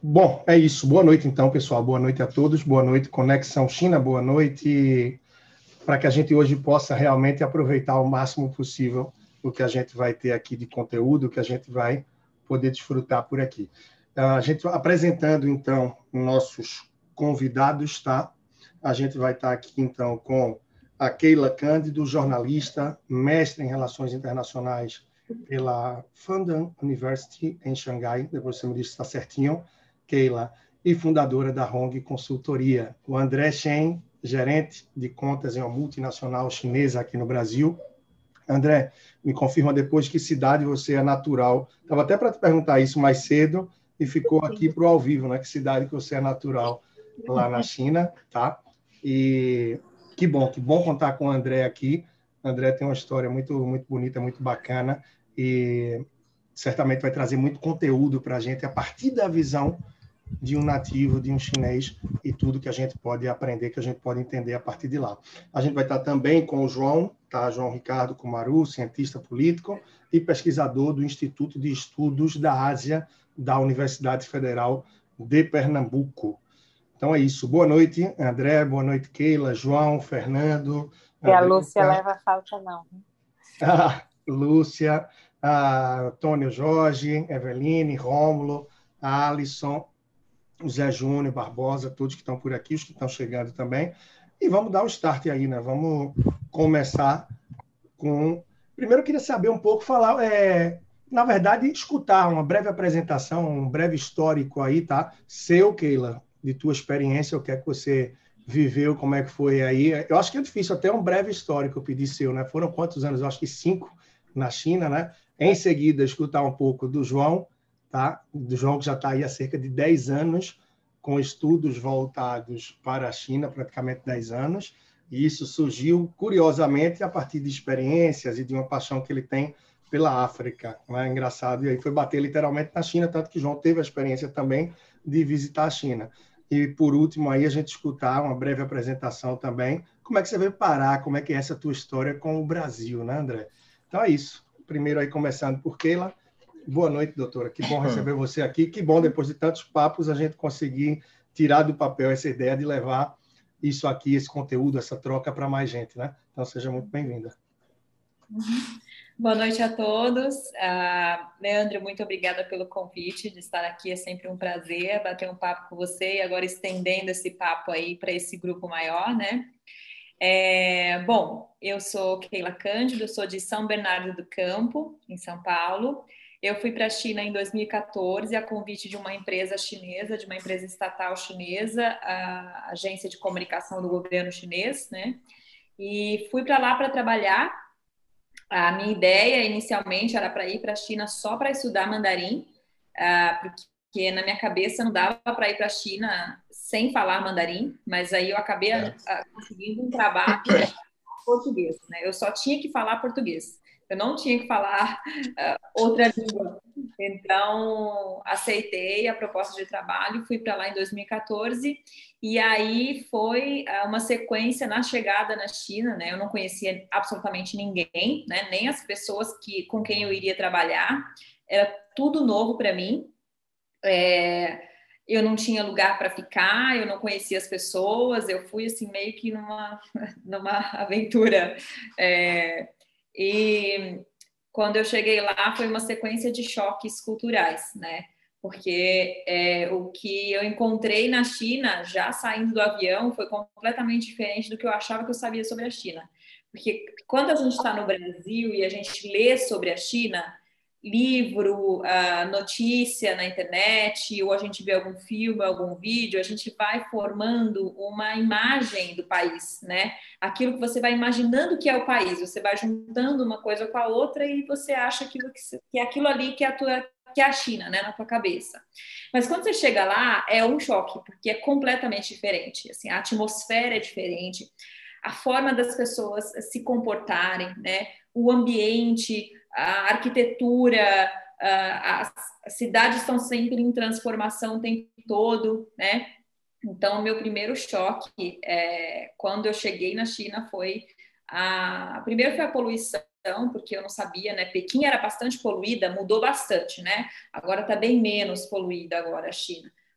Bom, é isso. Boa noite, então, pessoal. Boa noite a todos. Boa noite, Conexão China. Boa noite, para que a gente hoje possa realmente aproveitar o máximo possível o que a gente vai ter aqui de conteúdo, o que a gente vai poder desfrutar por aqui. A gente apresentando, então, nossos convidados, tá? A gente vai estar aqui, então, com a Keila Cândido, jornalista, mestre em Relações Internacionais pela Fudan University em Xangai. Depois você me diz se está certinho, Keila, e fundadora da Hong Consultoria. O André Shen, gerente de contas em uma multinacional chinesa aqui no Brasil. André, me confirma depois que cidade você é natural. Estava até para te perguntar isso mais cedo e ficou aqui para o ao vivo, né? Que cidade que você é natural lá na China, tá? E que bom contar com o André aqui. O André tem uma história muito bonita, muito bacana e certamente vai trazer muito conteúdo para a gente a partir da visão de um nativo, de um chinês, e tudo que a gente pode aprender, que a gente pode entender a partir de lá. A gente vai estar também com o João, tá? João Ricardo Kumaru, cientista político e pesquisador do Instituto de Estudos da Ásia da Universidade Federal de Pernambuco. Então é isso. Boa noite, André, boa noite, Keila, João, Fernando, E a Lúcia leva a falta, não. Lúcia, Antônio Jorge, Eveline, Rômulo, a Alisson, o Zé Júnior, Barbosa, todos que estão por aqui, os que estão chegando também. E vamos dar o start aí, né? Vamos começar com... Primeiro eu queria saber um pouco, falar, na verdade, escutar uma breve apresentação, um breve histórico aí, tá? Seu, Keila, de tua experiência, o que é que você viveu, como é que foi aí. Eu acho que é difícil até um breve histórico eu pedir seu, né? Foram quantos anos? Eu acho que 5 na China, né? Em seguida, escutar um pouco do João, tá? Do João que já está aí há cerca de 10 anos, com estudos voltados para a China, praticamente 10 anos, e isso surgiu, curiosamente, a partir de experiências e de uma paixão que ele tem pela África. Não é engraçado? E aí foi bater literalmente na China, tanto que João teve a experiência também de visitar a China. E, por último, aí a gente escutar uma breve apresentação também. Como é que você veio parar? Como é que é essa tua história com o Brasil, né, André? Então é isso. Primeiro aí, começando por Keila. Boa noite, doutora. Que bom receber você aqui. Que bom, depois de tantos papos, a gente conseguir tirar do papel essa ideia de levar isso aqui, esse conteúdo, essa troca para mais gente, né? Então, seja muito bem-vinda. Boa noite a todos. Leandro, muito obrigada pelo convite de estar aqui. É sempre um prazer bater um papo com você e agora estendendo esse papo aí para esse grupo maior, né? Bom, eu sou Keila Cândido, sou de São Bernardo do Campo, em São Paulo. Eu fui para a China em 2014 a convite de uma empresa chinesa, de uma empresa estatal chinesa, a agência de comunicação do governo chinês, né? E fui para lá para trabalhar. A minha ideia inicialmente era para ir para a China só para estudar mandarim, porque na minha cabeça não dava para ir para a China sem falar mandarim, mas aí eu acabei conseguindo um trabalho português, né? Eu só tinha que falar português, eu não tinha que falar outra língua. Então, aceitei a proposta de trabalho, fui para lá em 2014, e aí foi uma sequência na chegada na China, né? Eu não conhecia absolutamente ninguém, né? Nem as pessoas com quem eu iria trabalhar, era tudo novo para mim. Eu não tinha lugar para ficar, eu não conhecia as pessoas, eu fui assim meio que numa aventura. E quando eu cheguei lá foi uma sequência de choques culturais, né? Porque o que eu encontrei na China, já saindo do avião, foi completamente diferente do que eu achava que eu sabia sobre a China. Porque quando a gente está no Brasil e a gente lê sobre a China, livro, notícia na internet, ou a gente vê algum filme, algum vídeo, a gente vai formando uma imagem do país, né? Aquilo que você vai imaginando que é o país, você vai juntando uma coisa com a outra e você acha que é aquilo ali que é a China, né, na tua cabeça. Mas quando você chega lá, é um choque, porque é completamente diferente. Assim, a atmosfera é diferente, a forma das pessoas se comportarem, né? O ambiente, a arquitetura, as cidades estão sempre em transformação o tempo todo, né? Então, meu primeiro choque quando eu cheguei na China foi primeiro foi a poluição, porque eu não sabia, né? Pequim era bastante poluída, mudou bastante, né? Agora está bem menos poluída agora a China.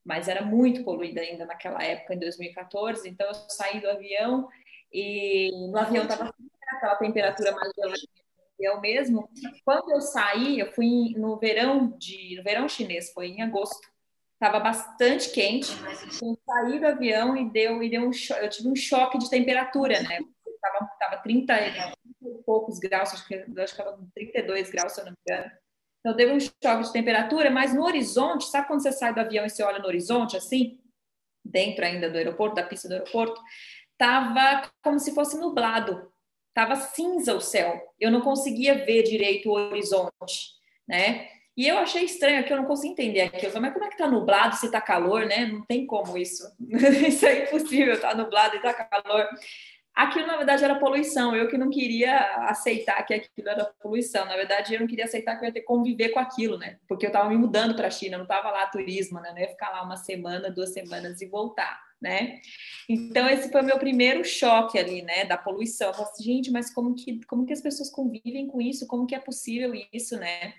mas era muito poluída ainda naquela época, em 2014. Então, eu saí do avião e no avião estava aquela temperatura mais gelada do avião mesmo. Quando eu saí, eu fui no verão chinês, foi em agosto. Estava bastante quente. Eu saí do avião e deu eu tive um choque de temperatura, né? Tava 30 e poucos graus, acho que estava 32 graus, se eu não me engano. Então, teve um choque de temperatura, mas no horizonte, sabe quando você sai do avião e você olha no horizonte, assim, dentro ainda do aeroporto, da pista do aeroporto, tava como se fosse nublado, tava cinza o céu, eu não conseguia ver direito o horizonte, né? E eu achei estranho, que eu não consigo entender aquilo. Mas como é que tá nublado se tá calor, né? Não tem como isso. Isso é impossível, tá nublado e tá calor. Aquilo, na verdade, era poluição. Eu que não queria aceitar que aquilo era poluição. Na verdade, eu não queria aceitar que eu ia ter que conviver com aquilo, né? Porque eu estava me mudando para a China, eu não estava lá a turismo, né? Eu não ia ficar lá uma semana, 2 semanas e voltar, né? Então, esse foi o meu primeiro choque ali, né? Da poluição. Eu falei assim, gente, mas como que as pessoas convivem com isso? Como que é possível isso, né?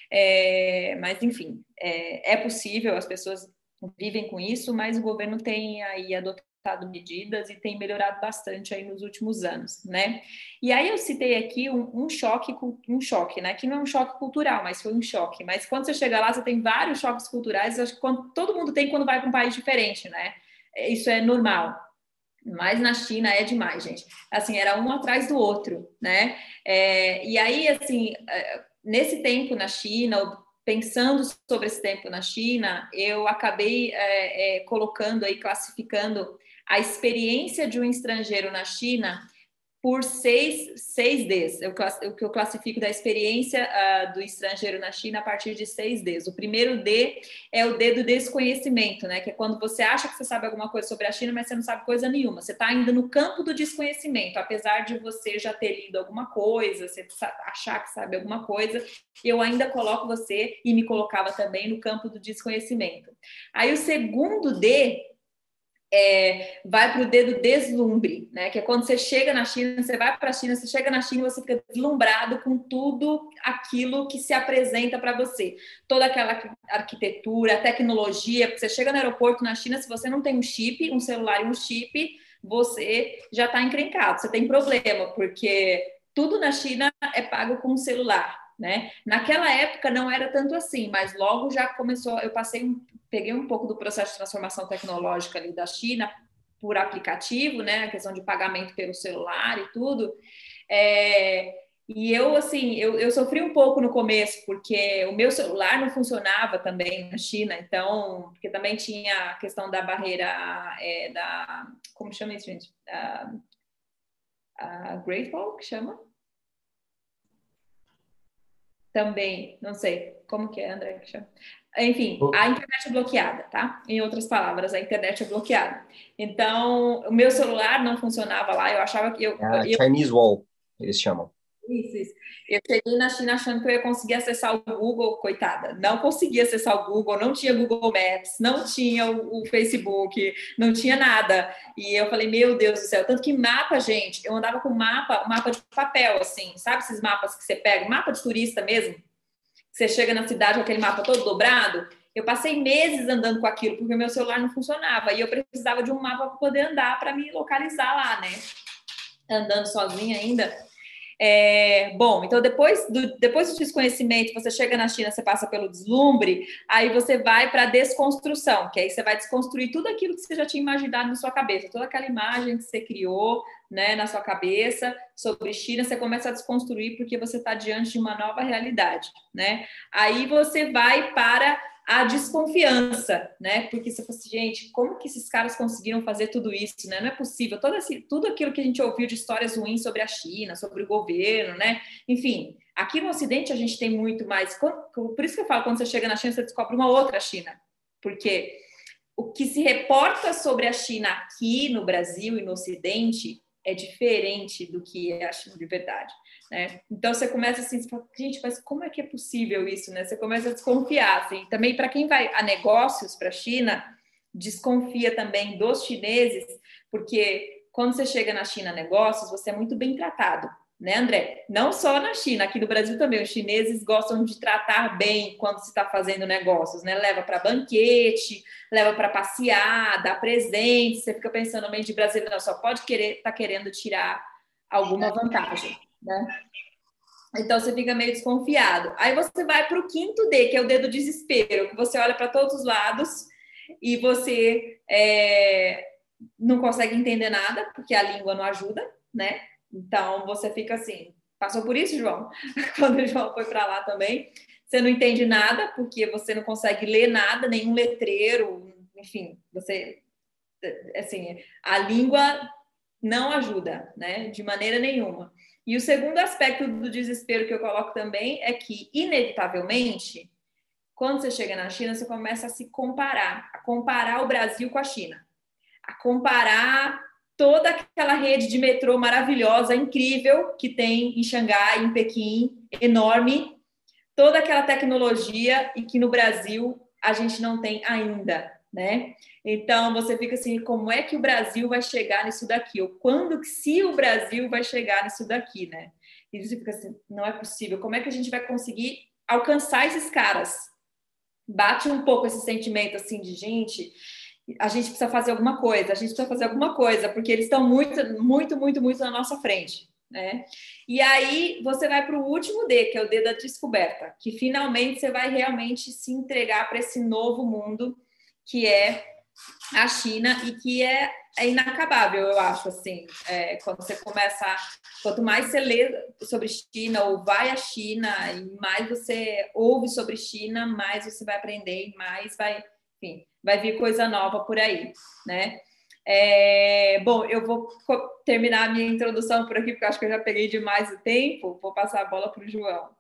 Mas, enfim, é possível, as pessoas vivem com isso, mas o governo tem aí adotado medidas e tem melhorado bastante aí nos últimos anos, né? E aí eu citei aqui um choque, né? Que não é um choque cultural, mas foi um choque. Mas quando você chega lá, você tem vários choques culturais, acho que todo mundo tem quando vai para um país diferente, né? Isso é normal. Mas na China é demais, gente. Assim, era um atrás do outro, né? E aí, assim, nesse tempo na China, pensando sobre esse tempo na China, eu acabei colocando aí, classificando a experiência de um estrangeiro na China por seis Ds. O que eu classifico da experiência do estrangeiro na China a partir de 6 Ds. O primeiro D é o D do desconhecimento, né? Que é quando você acha que você sabe alguma coisa sobre a China, mas você não sabe coisa nenhuma. Você está ainda no campo do desconhecimento, apesar de você já ter lido alguma coisa, você achar que sabe alguma coisa, eu ainda coloco você, e me colocava também, no campo do desconhecimento. Aí o segundo D vai para o dedo deslumbre, né? Que é quando você chega na China, você vai para a China, você chega na China e você fica deslumbrado com tudo aquilo que se apresenta para você. Toda aquela arquitetura, tecnologia, porque você chega no aeroporto na China, se você não tem um chip, um celular e um chip, você já está encrencado, você tem problema, porque tudo na China é pago com um celular, né? Naquela época não era tanto assim, mas logo já começou, peguei um pouco do processo de transformação tecnológica ali da China por aplicativo, né, a questão de pagamento pelo celular e tudo. E eu, assim, eu sofri um pouco no começo, porque o meu celular não funcionava também na China, então, porque também tinha a questão da barreira como chama isso, gente? A Great Wall, que chama? Também, não sei, como que é, André, que chama? Enfim, a internet é bloqueada, tá? Em outras palavras, a internet é bloqueada. Então, o meu celular não funcionava lá, eu achava que Chinese Wall, eles chamam. Isso. Eu cheguei na China achando que eu ia conseguir acessar o Google, coitada. Não conseguia acessar o Google, não tinha Google Maps, não tinha o Facebook, não tinha nada. E eu falei, meu Deus do céu. Tanto que mapa, gente, eu andava com mapa de papel, assim, sabe esses mapas que você pega? Mapa de turista mesmo. Você chega na cidade com aquele mapa todo dobrado. Eu passei meses andando com aquilo, porque o meu celular não funcionava. E eu precisava de um mapa para poder andar, para me localizar lá, né? Andando sozinha ainda. Bom, então depois do desconhecimento, você chega na China, você passa pelo deslumbre, aí você vai para a desconstrução, que aí você vai desconstruir tudo aquilo que você já tinha imaginado na sua cabeça, toda aquela imagem que você criou, né, na sua cabeça sobre China, você começa a desconstruir porque você está diante de uma nova realidade, né? Aí você vai para a desconfiança, né? Porque você fala assim, gente, como que esses caras conseguiram fazer tudo isso, né? Não é possível. Tudo aquilo que a gente ouviu de histórias ruins sobre a China, sobre o governo, né? Enfim, aqui no Ocidente a gente tem muito mais. Por isso que eu falo, quando você chega na China, você descobre uma outra China. Porque o que se reporta sobre a China aqui no Brasil e no Ocidente é diferente do que é a China de verdade, né? Então você começa assim, você fala, gente, mas como é que é possível isso, né? Você começa a desconfiar, assim. Também para quem vai a negócios para a China, desconfia também dos chineses, porque quando você chega na China a negócios, você é muito bem tratado, né, André? Não só na China, aqui no Brasil também. Os chineses gostam de tratar bem quando se está fazendo negócios, né? Leva para banquete, leva para passear, dá presente. Você fica pensando, no meio de brasileiro, não, só pode estar querendo tirar alguma vantagem, né? Então você fica meio desconfiado. Aí você vai para o quinto D, que é o D do desespero, que você olha para todos os lados e você não consegue entender nada, porque a língua não ajuda, né? Então você fica assim. Passou por isso, João? Quando o João foi para lá também. Você não entende nada, porque você não consegue ler nada, nenhum letreiro, enfim, você. Assim, a língua não ajuda, né? De maneira nenhuma. E o segundo aspecto do desespero que eu coloco também é que, inevitavelmente, quando você chega na China, você começa a comparar o Brasil com a China, a comparar toda aquela rede de metrô maravilhosa, incrível, que tem em Xangai, em Pequim, enorme, toda aquela tecnologia e que no Brasil a gente não tem ainda, né? Então você fica assim, como é que o Brasil vai chegar nisso daqui? Ou quando que se o Brasil vai chegar nisso daqui, né? E você fica assim, não é possível. Como é que a gente vai conseguir alcançar esses caras? Bate um pouco esse sentimento assim de gente, a gente precisa fazer alguma coisa, a gente precisa fazer alguma coisa, porque eles estão muito, muito, muito, muito na nossa frente, né? E aí você vai para o último D, que é o D da descoberta, que finalmente você vai realmente se entregar para esse novo mundo que é a China e que é inacabável, eu acho, assim, quando você começa, quanto mais você lê sobre China ou vai à China e mais você ouve sobre China, mais você vai aprender e mais vai, enfim, vai vir coisa nova por aí, né? Bom, eu vou terminar a minha introdução por aqui, porque eu acho que eu já peguei demais o tempo, vou passar a bola para o João.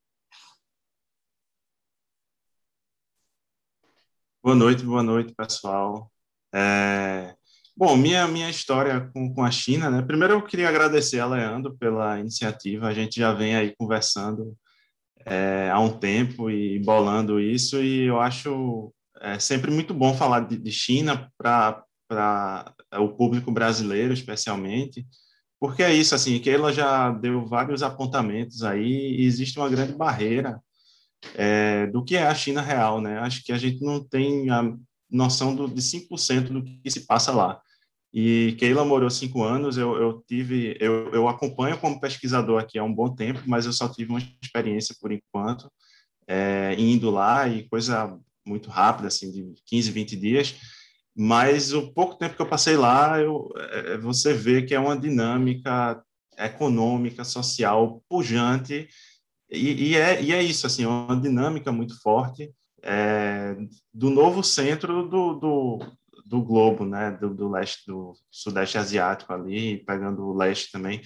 Boa noite, pessoal. Bom, minha história com a China, né? Primeiro eu queria agradecer a Leandro pela iniciativa. A gente já vem aí conversando há um tempo e bolando isso, e eu acho sempre muito bom falar de China para o público brasileiro, especialmente, porque é isso, assim, Keila já deu vários apontamentos aí, e existe uma grande barreira do que é a China real, né? Acho que a gente não tem a noção de 5% do que se passa lá. E Keila morou 5 anos, eu acompanho como pesquisador aqui há um bom tempo, mas eu só tive uma experiência por enquanto, indo lá, e coisa muito rápida, assim, de 15, 20 dias, mas o pouco tempo que eu passei lá, você vê que é uma dinâmica econômica, social, pujante, e é isso, assim, uma dinâmica muito forte do novo centro do globo, né, do leste, do sudeste asiático ali, pegando o leste também.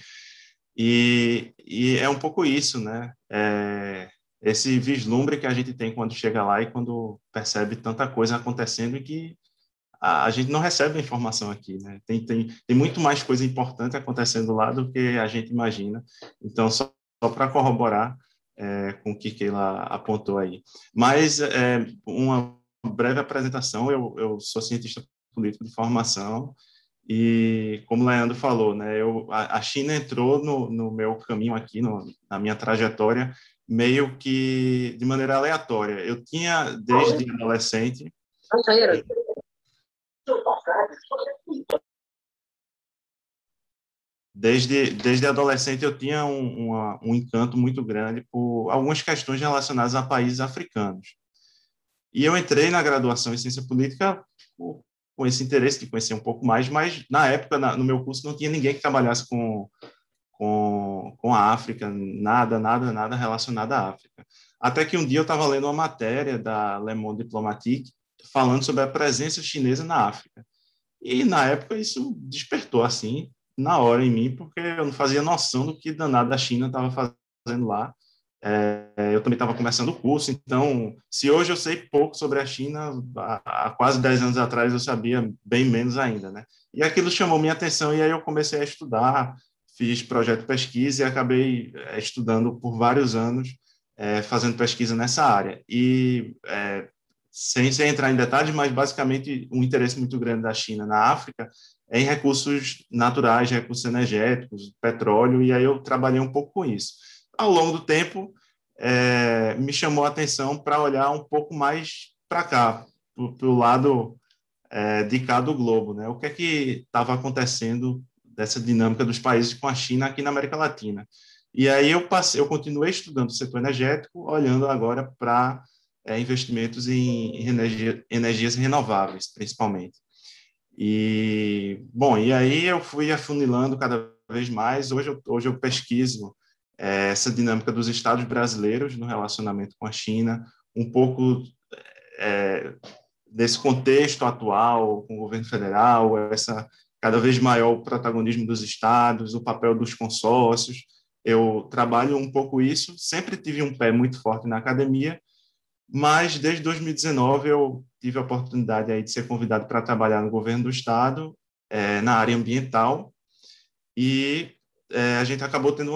E é um pouco isso, né? Esse vislumbre que a gente tem quando chega lá e quando percebe tanta coisa acontecendo e que a gente não recebe a informação aqui, né? Tem muito mais coisa importante acontecendo lá do que a gente imagina. Então, só para corroborar com o que Keila apontou aí. Mas, uma breve apresentação, eu sou cientista político de formação e, como o Leandro falou, né, a China entrou no meu caminho aqui, na minha trajetória, meio que de maneira aleatória. Eu tinha, desde adolescente, desde adolescente eu tinha um encanto muito grande por algumas questões relacionadas a países africanos. E eu entrei na graduação em ciência política com esse interesse de conhecer um pouco mais, mas na época, no meu curso, não tinha ninguém que trabalhasse com a África, nada relacionado à África. Até que um dia eu estava lendo uma matéria da Le Monde Diplomatique falando sobre a presença chinesa na África. E, na época, isso despertou, assim, na hora em mim, porque eu não fazia noção do que danado a China estava fazendo lá. Eu também estava começando o curso, então, se hoje eu sei pouco sobre a China, há quase 10 anos atrás eu sabia bem menos ainda, né? E aquilo chamou minha atenção, e aí eu comecei a estudar, fiz projeto de pesquisa e acabei estudando por vários anos, fazendo pesquisa nessa área. E, sem entrar em detalhes, mas basicamente um interesse muito grande da China na África em recursos naturais, recursos energéticos, petróleo, e aí eu trabalhei um pouco com isso. Ao longo do tempo, me chamou a atenção para olhar um pouco mais para cá, para o lado de cá do globo, né? O que é que estava acontecendo dessa dinâmica dos países com a China aqui na América Latina. E aí eu continuei estudando o setor energético, olhando agora para investimentos em energias renováveis, principalmente. E, bom, e aí eu fui afunilando cada vez mais. Hoje eu pesquiso essa dinâmica dos estados brasileiros no relacionamento com a China, um pouco desse contexto atual com o governo federal, essa cada vez maior o protagonismo dos estados, o papel dos consórcios. Eu trabalho um pouco isso, sempre tive um pé muito forte na academia, mas desde 2019 eu tive a oportunidade aí de ser convidado para trabalhar no governo do estado, na área ambiental, e a gente acabou tendo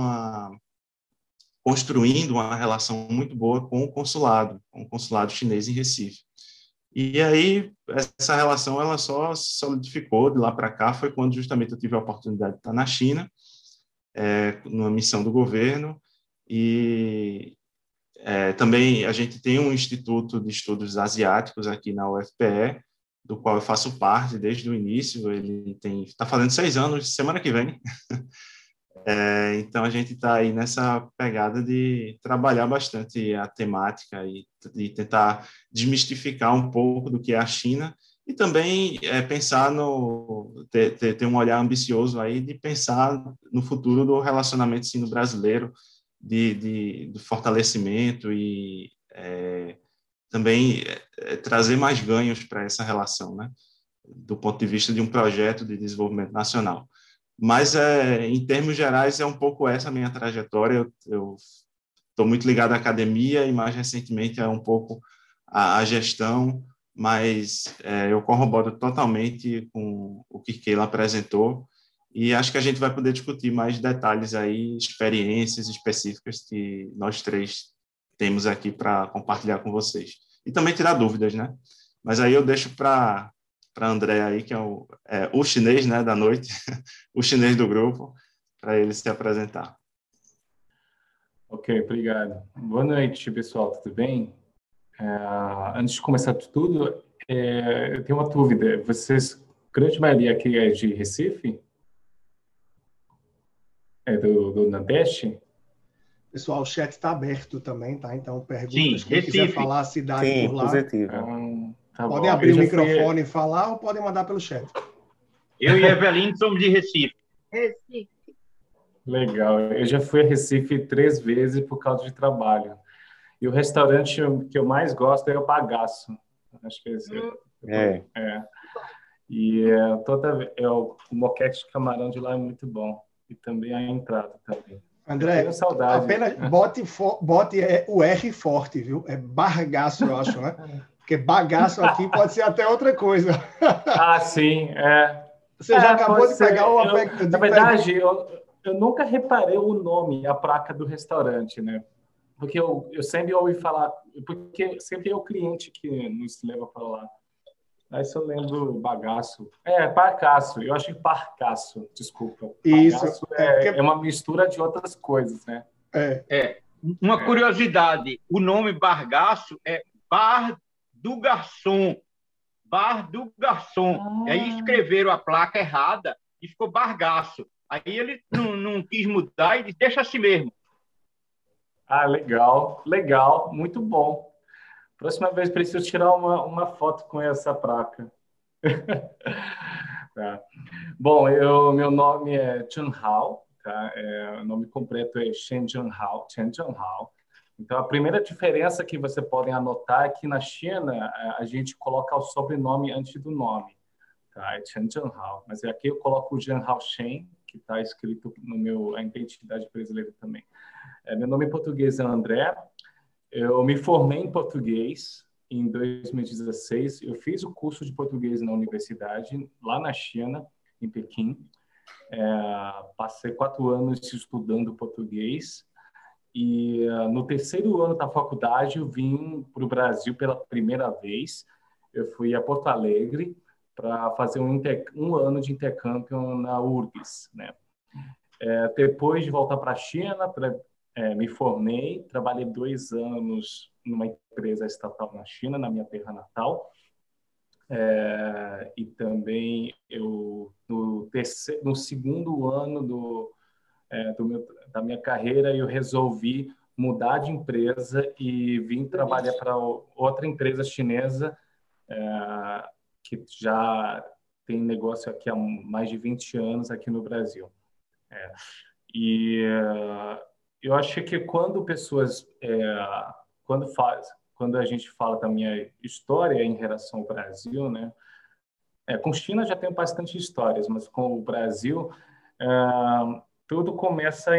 construindo uma relação muito boa com o consulado chinês em Recife. E aí, essa relação ela só se solidificou de lá para cá, foi quando justamente eu tive a oportunidade de estar na China, numa missão do governo, e também a gente tem um Instituto de Estudos Asiáticos aqui na UFPE, do qual eu faço parte desde o início. Ele está fazendo 6 anos, semana que vem. Então, a gente está aí nessa pegada de trabalhar bastante a temática e tentar desmistificar um pouco do que é a China e também pensar ter um olhar ambicioso aí de pensar no futuro do relacionamento sino-brasileiro, de fortalecimento e também trazer mais ganhos para essa relação, né? Do ponto de vista de um projeto de desenvolvimento nacional. Mas, em termos gerais, é um pouco essa a minha trajetória. Eu estou muito ligado à academia e, mais recentemente, um pouco à gestão, mas eu corroboro totalmente com o que Keila apresentou e acho que a gente vai poder discutir mais detalhes aí, experiências específicas que nós três temos aqui para compartilhar com vocês. E também tirar dúvidas, né? Mas aí eu deixo para André aí, que é o chinês, né, da noite, o chinês do grupo, para ele se apresentar. Ok, obrigado. Boa noite, pessoal, tudo bem? Antes de começar tudo, eu tenho uma dúvida. Vocês, grande maioria aqui é de Recife? É do Nordeste? Pessoal, o chat está aberto também, tá? Então, perguntas, Sim, quem quiser Recife. falar a cidade Sim, por lá, positivo. Tá podem bom. abrir Eu o já microfone e falar ou podem mandar pelo chat. Eu e Evelyn somos de Recife. Recife. Legal. Eu já fui a Recife 3 vezes por causa de trabalho. E o restaurante que eu mais gosto é o Bagaço. Acho que esse é. E o moquete de camarão de lá é muito bom. E também a entrada também. André, tenho saudade. apenas bote o R forte, viu? É bargaço, eu acho, né? Porque bagaço aqui pode ser até outra coisa. Sim. Você já acabou de pegar uma... Na verdade, eu nunca reparei o nome, a placa do restaurante, né? Porque eu sempre ouvi falar... Porque sempre é o cliente que nos leva para lá. Aí só lembro bagaço. Parcaço. Eu acho que parcaço, desculpa. Isso. Bagaço é uma mistura de outras coisas, né? Uma curiosidade, o nome Bargaço é Bar do Garçom. Bar do Garçom. Aí escreveram a placa errada e ficou Bargaço. Aí ele não quis mudar e disse, deixa assim mesmo. Legal. Legal. Muito bom. Próxima vez preciso tirar uma foto com essa placa. Tá. Bom, meu nome é Chen Hao, tá? O nome completo é Chen Zhenhao. Então, a primeira diferença que você pode anotar é que na China a gente coloca o sobrenome antes do nome, tá? É Chen Zhenhao. Mas aqui eu coloco o Zhenhao Shen, que está escrito a identidade brasileira também. Meu nome em português é André. Eu me formei em português em 2016. Eu fiz o curso de português na universidade, lá na China, em Pequim. Passei 4 anos estudando português. E no 3º ano da faculdade, eu vim para o Brasil pela primeira vez. Eu fui a Porto Alegre para fazer um ano de intercâmbio na URGS, né? Depois de voltar para a China, me formei, trabalhei 2 anos numa empresa estatal na China, na minha terra natal. E também no segundo ano da minha carreira, eu resolvi mudar de empresa e vim trabalhar para outra empresa chinesa que já tem negócio aqui há mais de 20 anos aqui no Brasil. E eu acho que quando quando a gente fala da minha história em relação ao Brasil, né? Com China já tenho bastante histórias, mas com o Brasil, tudo começa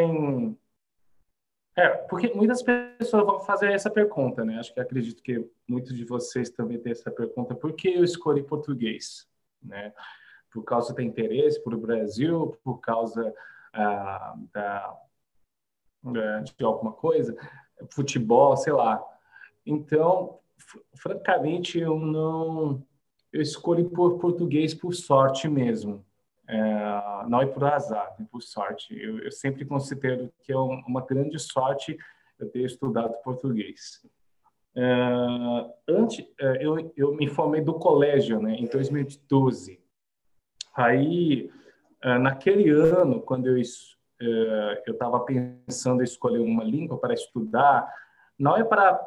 porque muitas pessoas vão fazer essa pergunta, né? Acho que acredito que muitos de vocês também têm essa pergunta. Por que eu escolhi português? Né? Por causa do interesse por o Brasil, por causa de alguma coisa, futebol, sei lá. Então, francamente, eu escolhi por português por sorte mesmo. Não é por azar, é por sorte. Eu sempre considero que é uma grande sorte eu ter estudado português. Eu me formei do colégio, né, em 2012. Aí, naquele ano, quando eu estava pensando em escolher uma língua para estudar, não é para,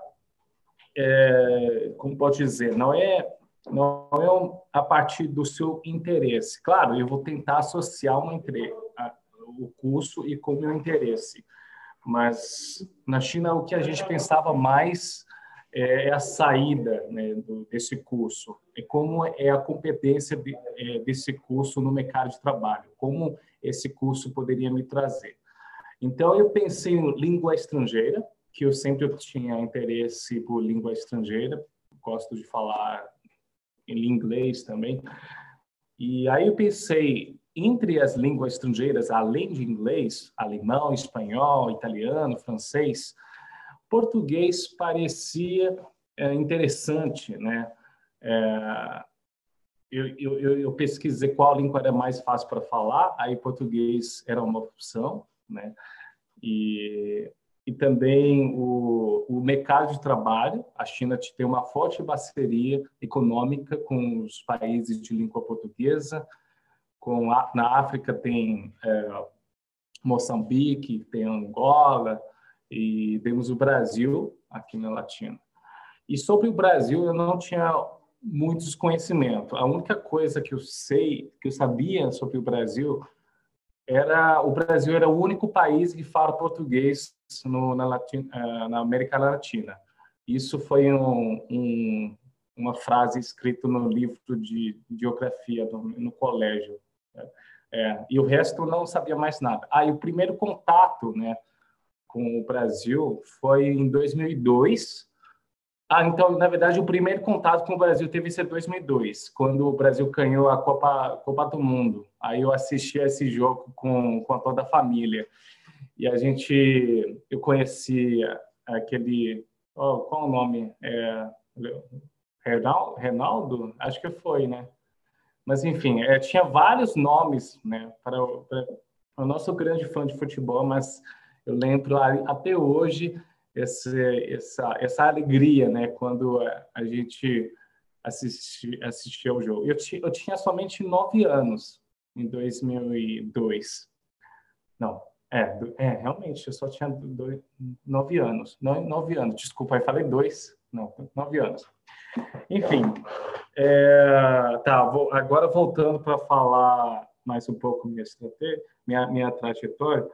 como pode dizer, não é a partir do seu interesse. Claro, eu vou tentar associar o curso e com o meu interesse. Mas na China, o que a gente pensava mais é a saída, né, desse curso. E como é a competência desse curso no mercado de trabalho. Como esse curso poderia me trazer. Então, eu pensei em língua estrangeira, que eu sempre tinha interesse por língua estrangeira. Gosto de falar em inglês também. E aí eu pensei, entre as línguas estrangeiras, além de inglês, alemão, espanhol, italiano, francês, português parecia interessante, né? Eu pesquisei qual língua era mais fácil para falar, aí português era uma opção, né? E também o mercado de trabalho. A China tem uma forte parceria econômica com os países de língua portuguesa. Na África tem Moçambique, tem Angola e temos o Brasil aqui na Latina. E sobre o Brasil eu não tinha muitos conhecimentos. A única coisa que eu sabia sobre o Brasil era o único país que fala português na América Latina. Isso foi uma frase escrita no livro de geografia no colégio. E o resto eu não sabia mais nada. E o primeiro contato, né, com o Brasil foi em 2002. Então, na verdade, o primeiro contato com o Brasil teve que ser em 2002, quando o Brasil ganhou a Copa do Mundo. Aí eu assisti a esse jogo com toda a família. E eu conheci aquele... qual o nome? Reinaldo? Acho que foi, né? Mas, enfim, tinha vários nomes, né, para o nosso grande fã de futebol, mas eu lembro até hoje essa alegria, né, quando a gente assistia ao jogo. Eu tinha somente 9 anos em 2002. Não, realmente, eu só tinha 9 anos. Não, 9 anos, desculpa, eu falei 2. Não, 9 anos. Enfim, agora voltando para falar mais um pouco minha trajetória.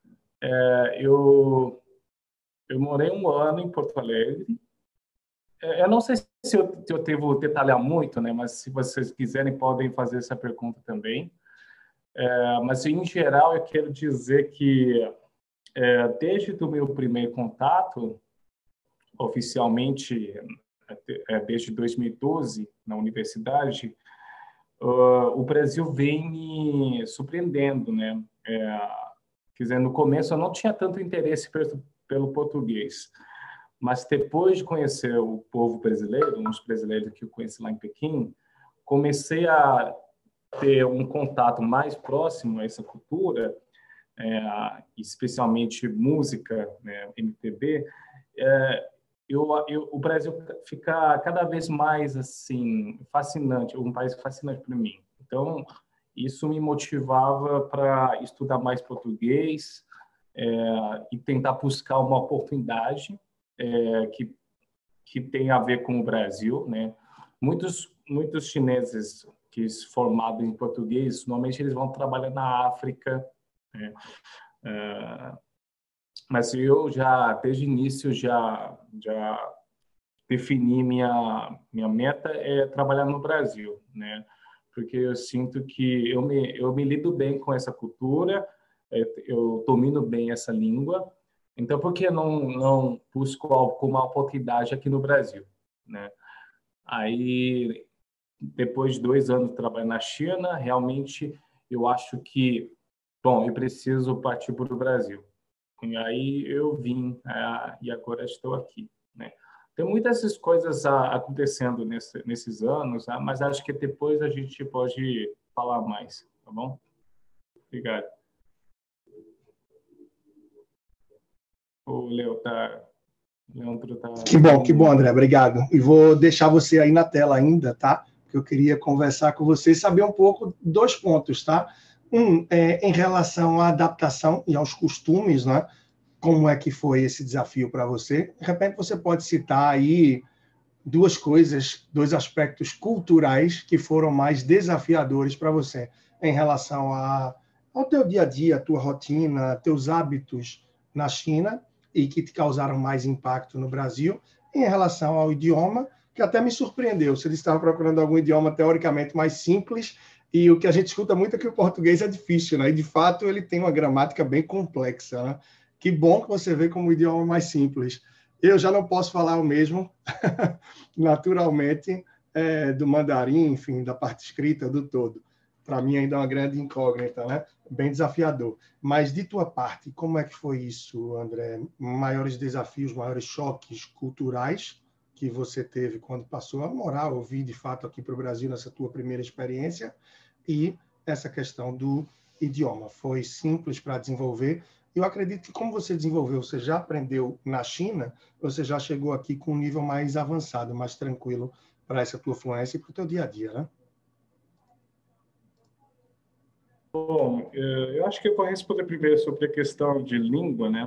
Eu morei 1 ano em Porto Alegre. Eu não sei se eu devo detalhar muito, né? Mas se vocês quiserem, podem fazer essa pergunta também. Mas, em geral, eu quero dizer que, desde o meu primeiro contato, oficialmente, desde 2012, na universidade, o Brasil vem me surpreendendo, né? Quer dizer, no começo eu não tinha tanto interesse pelo português, mas depois de conhecer o povo brasileiro, uns brasileiros que eu conheci lá em Pequim, comecei a ter um contato mais próximo a essa cultura, especialmente música, né, MPB, o Brasil fica cada vez mais assim fascinante, um país fascinante para mim. Então, isso me motivava para estudar mais português e tentar buscar uma oportunidade que tem a ver com o Brasil, né? Muitos chineses que se formaram em português, normalmente eles vão trabalhar na África, né? Mas eu já, desde o início, já defini minha meta é trabalhar no Brasil, né? Porque eu sinto que eu me lido bem com essa cultura, eu domino bem essa língua, então por que não busco alguma oportunidade aqui no Brasil, né? Aí, depois de 2 anos trabalhando na China, realmente eu acho que, bom, eu preciso partir para o Brasil. E aí eu vim e agora estou aqui, né? Tem muitas essas coisas acontecendo nesses anos, mas acho que depois a gente pode falar mais, tá bom? Obrigado. O Leandro tá... Que bom, André, obrigado. E vou deixar você aí na tela ainda, tá? Porque eu queria conversar com você e saber um pouco 2 pontos, tá? Em relação à adaptação e aos costumes, né? Como é que foi esse desafio para você? De repente você pode citar aí 2 coisas, 2 aspectos culturais que foram mais desafiadores para você em relação ao teu dia a dia, a tua rotina, teus hábitos na China e que te causaram mais impacto no Brasil, em relação ao idioma, que até me surpreendeu. Você estava procurando algum idioma teoricamente mais simples, e o que a gente escuta muito é que o português é difícil, né? E, de fato, ele tem uma gramática bem complexa, né? Que bom que você vê como um idioma mais simples. Eu já não posso falar o mesmo, naturalmente, do mandarim, enfim, da parte escrita, do todo. Para mim ainda é uma grande incógnita, né? Bem desafiador. Mas de tua parte, como é que foi isso, André? Maiores desafios, maiores choques culturais que você teve quando passou a morar, ouvir de fato aqui para o Brasil nessa tua primeira experiência, e essa questão do idioma. Foi simples para desenvolver? Eu acredito que como você desenvolveu, você já aprendeu na China, você já chegou aqui com um nível mais avançado, mais tranquilo para essa tua fluência e para o teu dia a dia, né? Bom, eu acho que eu vou responder primeiro sobre a questão de língua, né?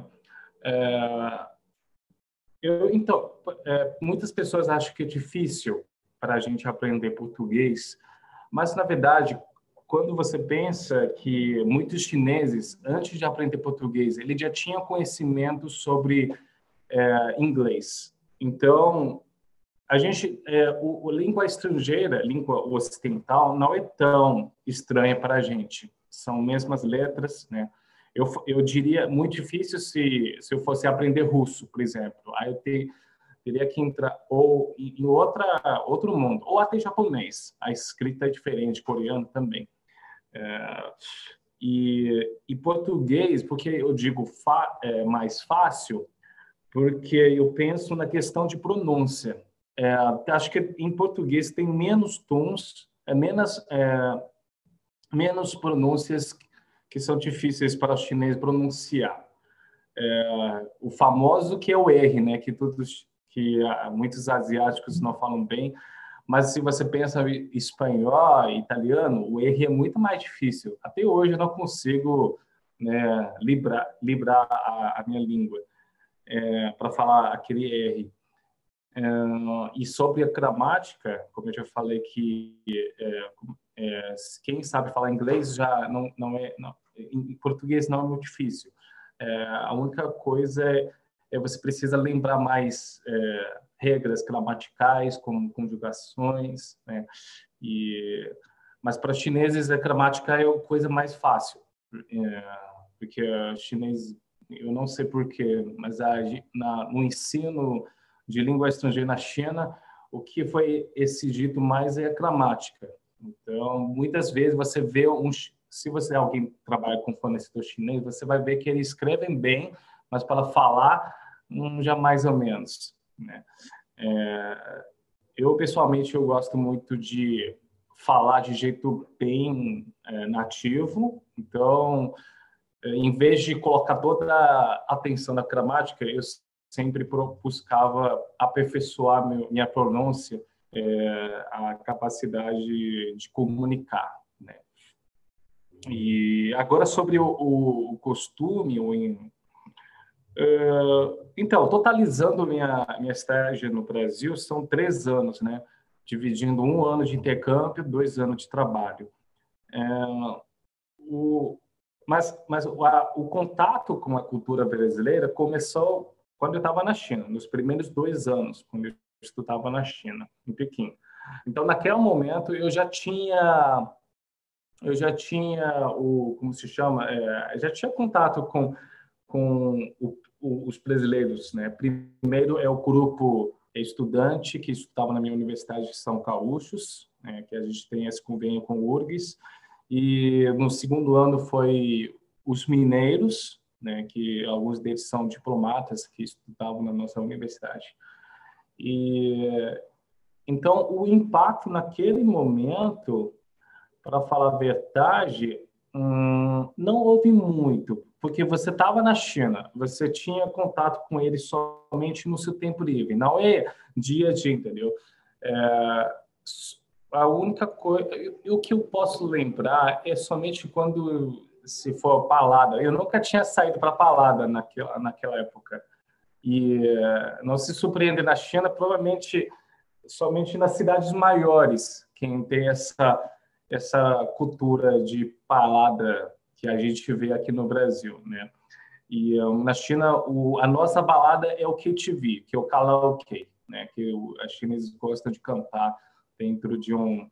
Então, muitas pessoas acham que é difícil para a gente aprender português, mas, na verdade, quando você pensa que muitos chineses, antes de aprender português, eles já tinham conhecimento sobre inglês. Então, a língua estrangeira, língua ocidental, não é tão estranha para a gente. São mesmas letras, né? Eu diria muito difícil se eu fosse aprender russo, por exemplo. Aí eu teria que entrar ou em outro mundo, ou até japonês. A escrita é diferente, coreano também. E português, porque eu digo mais fácil, porque eu penso na questão de pronúncia. Acho que em português tem menos tons, menos pronúncias que são difíceis para o chinês pronunciar. O famoso que é o R, né? Que muitos asiáticos não falam bem, mas se você pensa em espanhol, italiano, o R é muito mais difícil. Até hoje eu não consigo, né, librar a minha língua para falar aquele R. E sobre a gramática, como eu já falei que quem sabe falar inglês já em português não é muito difícil. A única coisa é você precisa lembrar mais regras gramaticais, como conjugações, né? Mas para chineses a gramática é a coisa mais fácil, porque chinês, eu não sei porquê, mas no ensino de língua estrangeira na China, o que foi exigido mais é a gramática. Então, muitas vezes você vê se alguém trabalha com fornecedor chinês, você vai ver que eles escrevem bem, mas para falar, já mais ou menos, né? Eu, pessoalmente, eu gosto muito de falar de jeito bem nativo. Então, em vez de colocar toda a atenção na gramática, eu sempre buscava aperfeiçoar minha pronúncia, a capacidade de comunicar, né? E agora sobre o costume, então, totalizando minha estágio no Brasil, são 3 anos, né? Dividindo 1 ano de intercâmbio, 2 anos de trabalho. Mas o contato com a cultura brasileira começou quando eu estava na China, nos primeiros 2 anos, quando eu estudava na China, em Pequim. Então, naquele momento, eu já tinha como se chama, já tinha contato com os brasileiros, né? Primeiro é o grupo estudante que estudava na minha universidade de São Caúchos, né? Que a gente tem esse convênio com o URGS, e no segundo ano foi os mineiros, né? Que alguns deles são diplomatas que estudavam na nossa universidade. E então o impacto naquele momento, para falar a verdade, não houve muito, porque você estava na China, você tinha contato com eles somente no seu tempo livre, não é dia a dia, entendeu? A única coisa, o que eu posso lembrar é somente quando se for balada. Eu nunca tinha saído para balada naquela época. E não se surpreende, na China, provavelmente somente nas cidades maiores quem tem essa cultura de balada que a gente vê aqui no Brasil, né? E na China, a nossa balada é o KTV, que é o karaokê, né? Que os chineses gostam de cantar dentro de um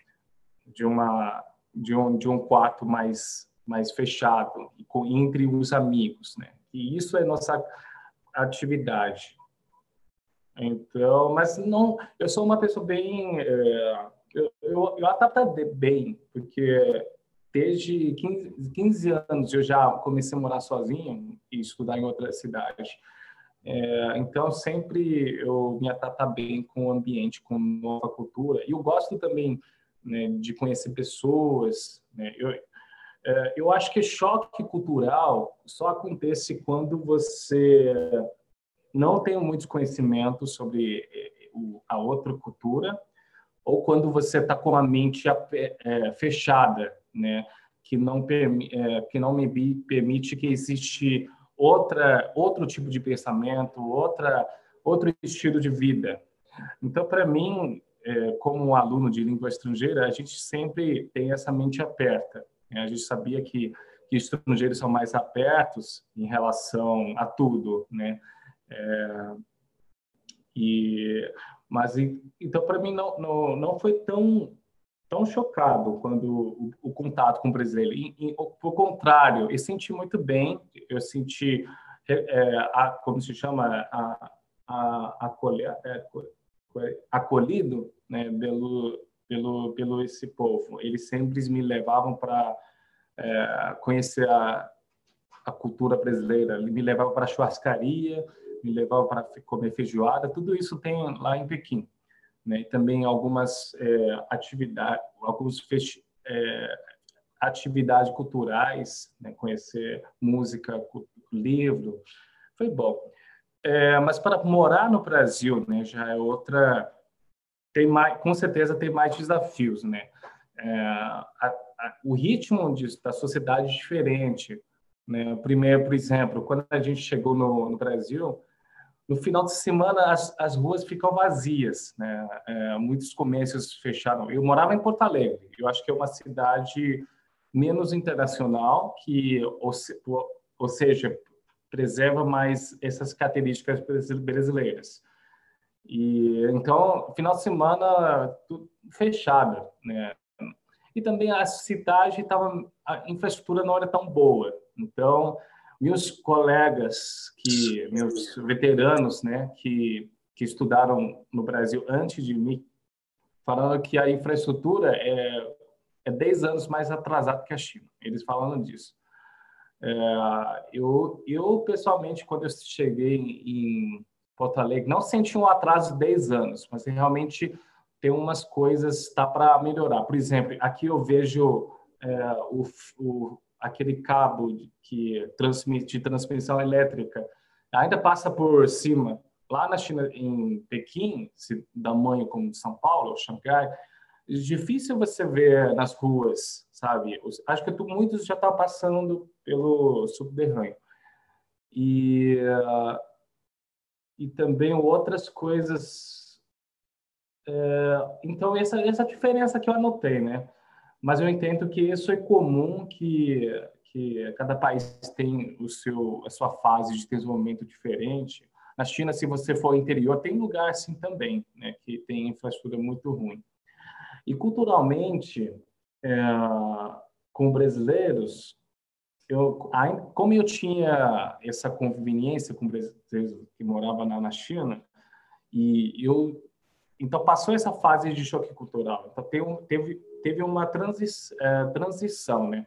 quarto mais fechado, entre os amigos, né? E isso é nossa atividade. Então, mas não, eu sou uma pessoa bem, eu adapto bem, porque desde 15 anos eu já comecei a morar sozinho e estudar em outra cidade. Então, sempre eu me adapto bem com o ambiente, com nova cultura. E eu gosto também, né, de conhecer pessoas, né? Eu acho que choque cultural só acontece quando você não tem muitos conhecimentos sobre a outra cultura, ou quando você está com a mente fechada, né? Que não me permite que existe outro tipo de pensamento, outro estilo de vida. Então, para mim, como aluno de língua estrangeira, a gente sempre tem essa mente aberta, né? A gente sabia que estrangeiros são mais abertos em relação a tudo, né? Mas então para mim não foi tão chocado quando o contato com o brasileiro. Por contrário, eu senti muito bem. Eu senti como se chama, acolhido, né, pelo esse povo. Eles sempre me levavam para conhecer a cultura brasileira. Ele me levava para a churrascaria, me levava para comer feijoada. Tudo isso tem lá em Pequim, né? E também algumas atividades culturais, né? Conhecer música, livro, foi bom. Mas para morar no Brasil, né, já é outra, com certeza tem mais desafios, né? O ritmo da sociedade é diferente, né? Primeiro, por exemplo, quando a gente chegou no Brasil, no final de semana as ruas ficam vazias, né? Muitos comércios fecharam. Eu morava em Porto Alegre. Eu acho que é uma cidade menos internacional, ou seja, preserva mais essas características brasileiras. E então, final de semana tudo fechada, né? E também a cidade a infraestrutura não era tão boa. Então, meus colegas, meus veteranos, né, que estudaram no Brasil antes de mim, falaram que a infraestrutura é 10 anos mais atrasada que a China. Eles falando disso. Eu pessoalmente, quando eu cheguei em Porto Alegre, não senti um atraso de 10 anos, mas realmente tem umas coisas tá para melhorar. Por exemplo, aqui eu vejo aquele cabo que transmite transmissão elétrica ainda passa por cima. Lá na China, em Pequim, tamanho como de São Paulo, ou Xangai, é difícil você ver nas ruas, sabe? Acho que muitos já estão passando pelo subterrâneo. E também outras coisas. Então, essa diferença que eu anotei, né? Mas eu entendo que isso é comum, que cada país tem a sua fase de desenvolvimento diferente. Na China, se você for ao interior, tem lugar assim também, né? Que tem infraestrutura muito ruim. E culturalmente, com brasileiros, como eu tinha essa convivência com brasileiros que moravam na China, então passou essa fase de choque cultural. Então teve uma transição, né?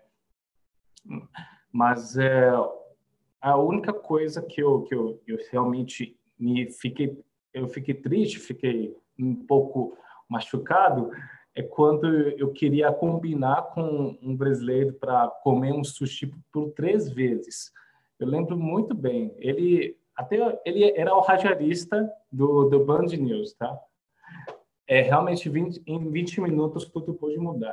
Mas a única coisa que eu realmente fiquei triste, fiquei um pouco machucado, é quando eu queria combinar com um brasileiro para comer um sushi por 3 vezes. Eu lembro muito bem. Ele era o radialista do Band News, tá? Realmente, em 20 minutos, tudo pode mudar.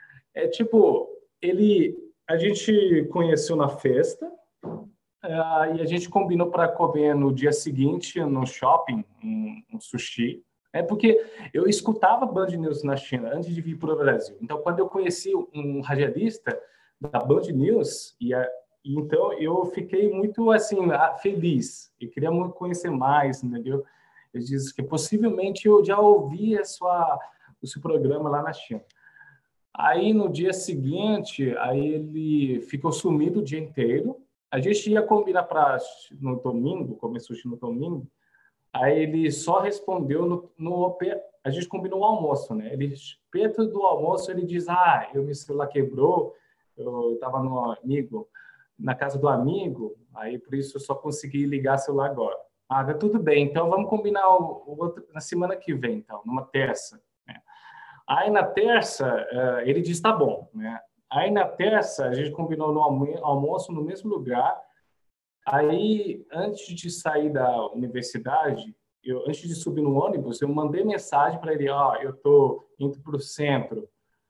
A gente conheceu na festa, e a gente combinou para comer no dia seguinte no shopping um sushi. Porque eu escutava Band News na China antes de vir para o Brasil. Então, quando eu conheci um radialista da Band News, então eu fiquei muito assim feliz e queria muito conhecer mais, entendeu? Ele disse que possivelmente eu já ouvi o seu programa lá na China. Aí no dia seguinte, aí ele ficou sumido o dia inteiro. A gente ia combinar para no domingo, comer sushi no domingo. Aí ele só respondeu a gente combinou o almoço, né? Perto do almoço ele diz: meu celular quebrou, eu estava na casa do amigo, aí por isso eu só consegui ligar o celular agora. Tá tudo bem, então vamos combinar o outro na semana que vem, então, numa terça. Né? Aí na terça ele diz: tá bom, né? Aí na terça a gente combinou no almoço no mesmo lugar. Aí, antes de sair da universidade, antes de subir no ônibus, eu mandei mensagem para ele: eu estou indo para o centro.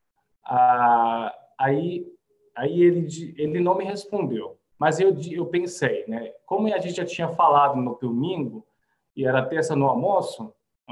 Aí ele não me respondeu. Mas eu pensei, né? Como a gente já tinha falado no domingo, e era terça no almoço,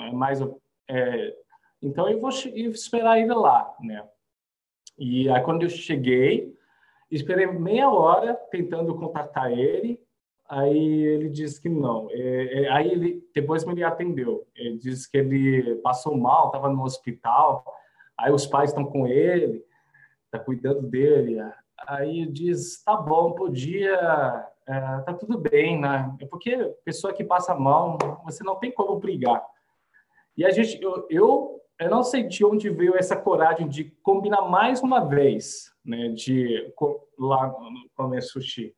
então eu vou esperar ele lá, né? E aí, quando eu cheguei, esperei meia hora tentando contatar ele. Aí ele disse que não. Aí ele depois me atendeu. Ele disse que ele passou mal, estava no hospital. Aí os pais estão com ele, tá cuidando dele. Aí diz: tá bom, podia, tá tudo bem, né? É porque pessoa que passa mal, você não tem como brigar. E eu não sei de onde veio essa coragem de combinar mais uma vez, né? De lá comer sushi.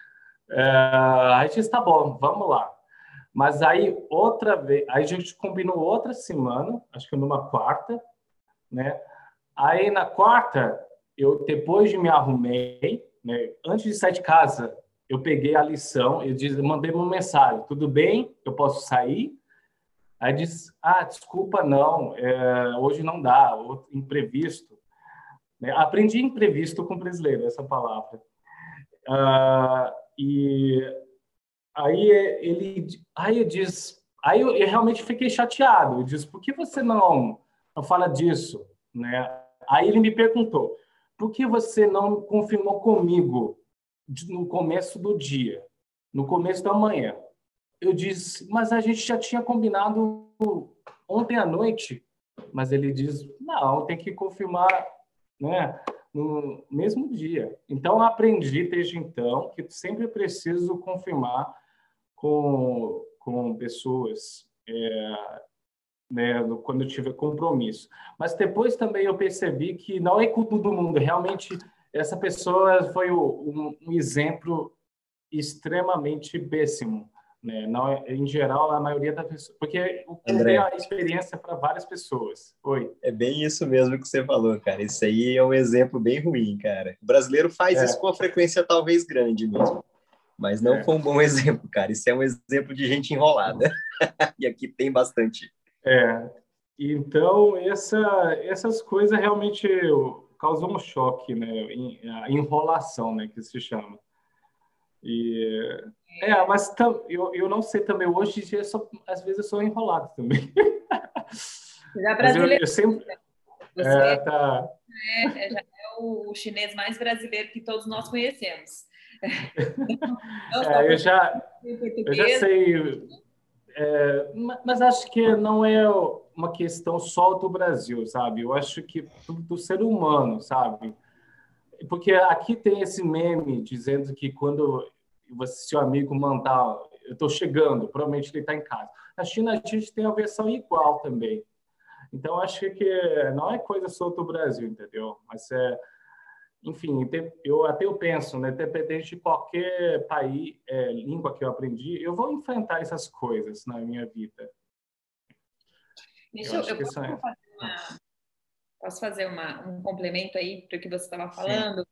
A gente disse: tá bom, vamos lá. Mas aí outra vez, aí a gente combinou outra semana, acho que numa quarta, né? Aí na quarta, depois de me arrumei, né? Antes de sair de casa, eu peguei a lição, mandei uma mensagem: tudo bem? Eu posso sair? Aí disse: desculpa, não, hoje não dá, imprevisto. Né? Aprendi imprevisto com brasileiro, essa palavra. E aí eu realmente fiquei chateado. Eu disse: por que você não fala disso, né? Aí ele me perguntou: por que você não confirmou comigo no começo do dia, no começo da manhã? Eu disse: mas a gente já tinha combinado ontem à noite. Mas ele diz: não, tem que confirmar, né, no mesmo dia. Então, eu aprendi desde então que sempre preciso confirmar com pessoas, né, quando eu tiver compromisso. Mas depois também eu percebi que não é culpa do mundo. Realmente, essa pessoa foi um exemplo extremamente péssimo, né? Não, em geral, a maioria das pessoas... Porque o André, é a experiência para várias pessoas. Oi. é bem isso mesmo que você falou, cara. Isso aí é um exemplo bem ruim, cara. O brasileiro faz isso com É, uma frequência talvez grande mesmo, mas não é, foi um bom exemplo, cara. Isso é um exemplo de gente enrolada. E aqui tem bastante. é. Então, essas coisas realmente causam um choque, né? A enrolação, né? Que se chama. E, mas eu não sei também. Hoje em dia, às vezes eu sou enrolado também. Já Mas brasileiro, eu sempre... você Tá. já é o chinês mais brasileiro que todos nós conhecemos. Não só Eu por já, ser eu já português. sei, mas acho que não é uma questão só do Brasil, sabe? Eu acho que do ser humano, sabe? Porque aqui tem esse meme dizendo que quando seu amigo mandar, eu estou chegando, provavelmente ele está em casa. Na China a gente tem a versão igual também. Então acho que não é coisa só do Brasil, entendeu? Mas enfim, eu penso, né, independente de qualquer país, língua que eu aprendi, eu vou enfrentar essas coisas na minha vida. Deixa eu posso fazer um complemento aí para o que você estava falando?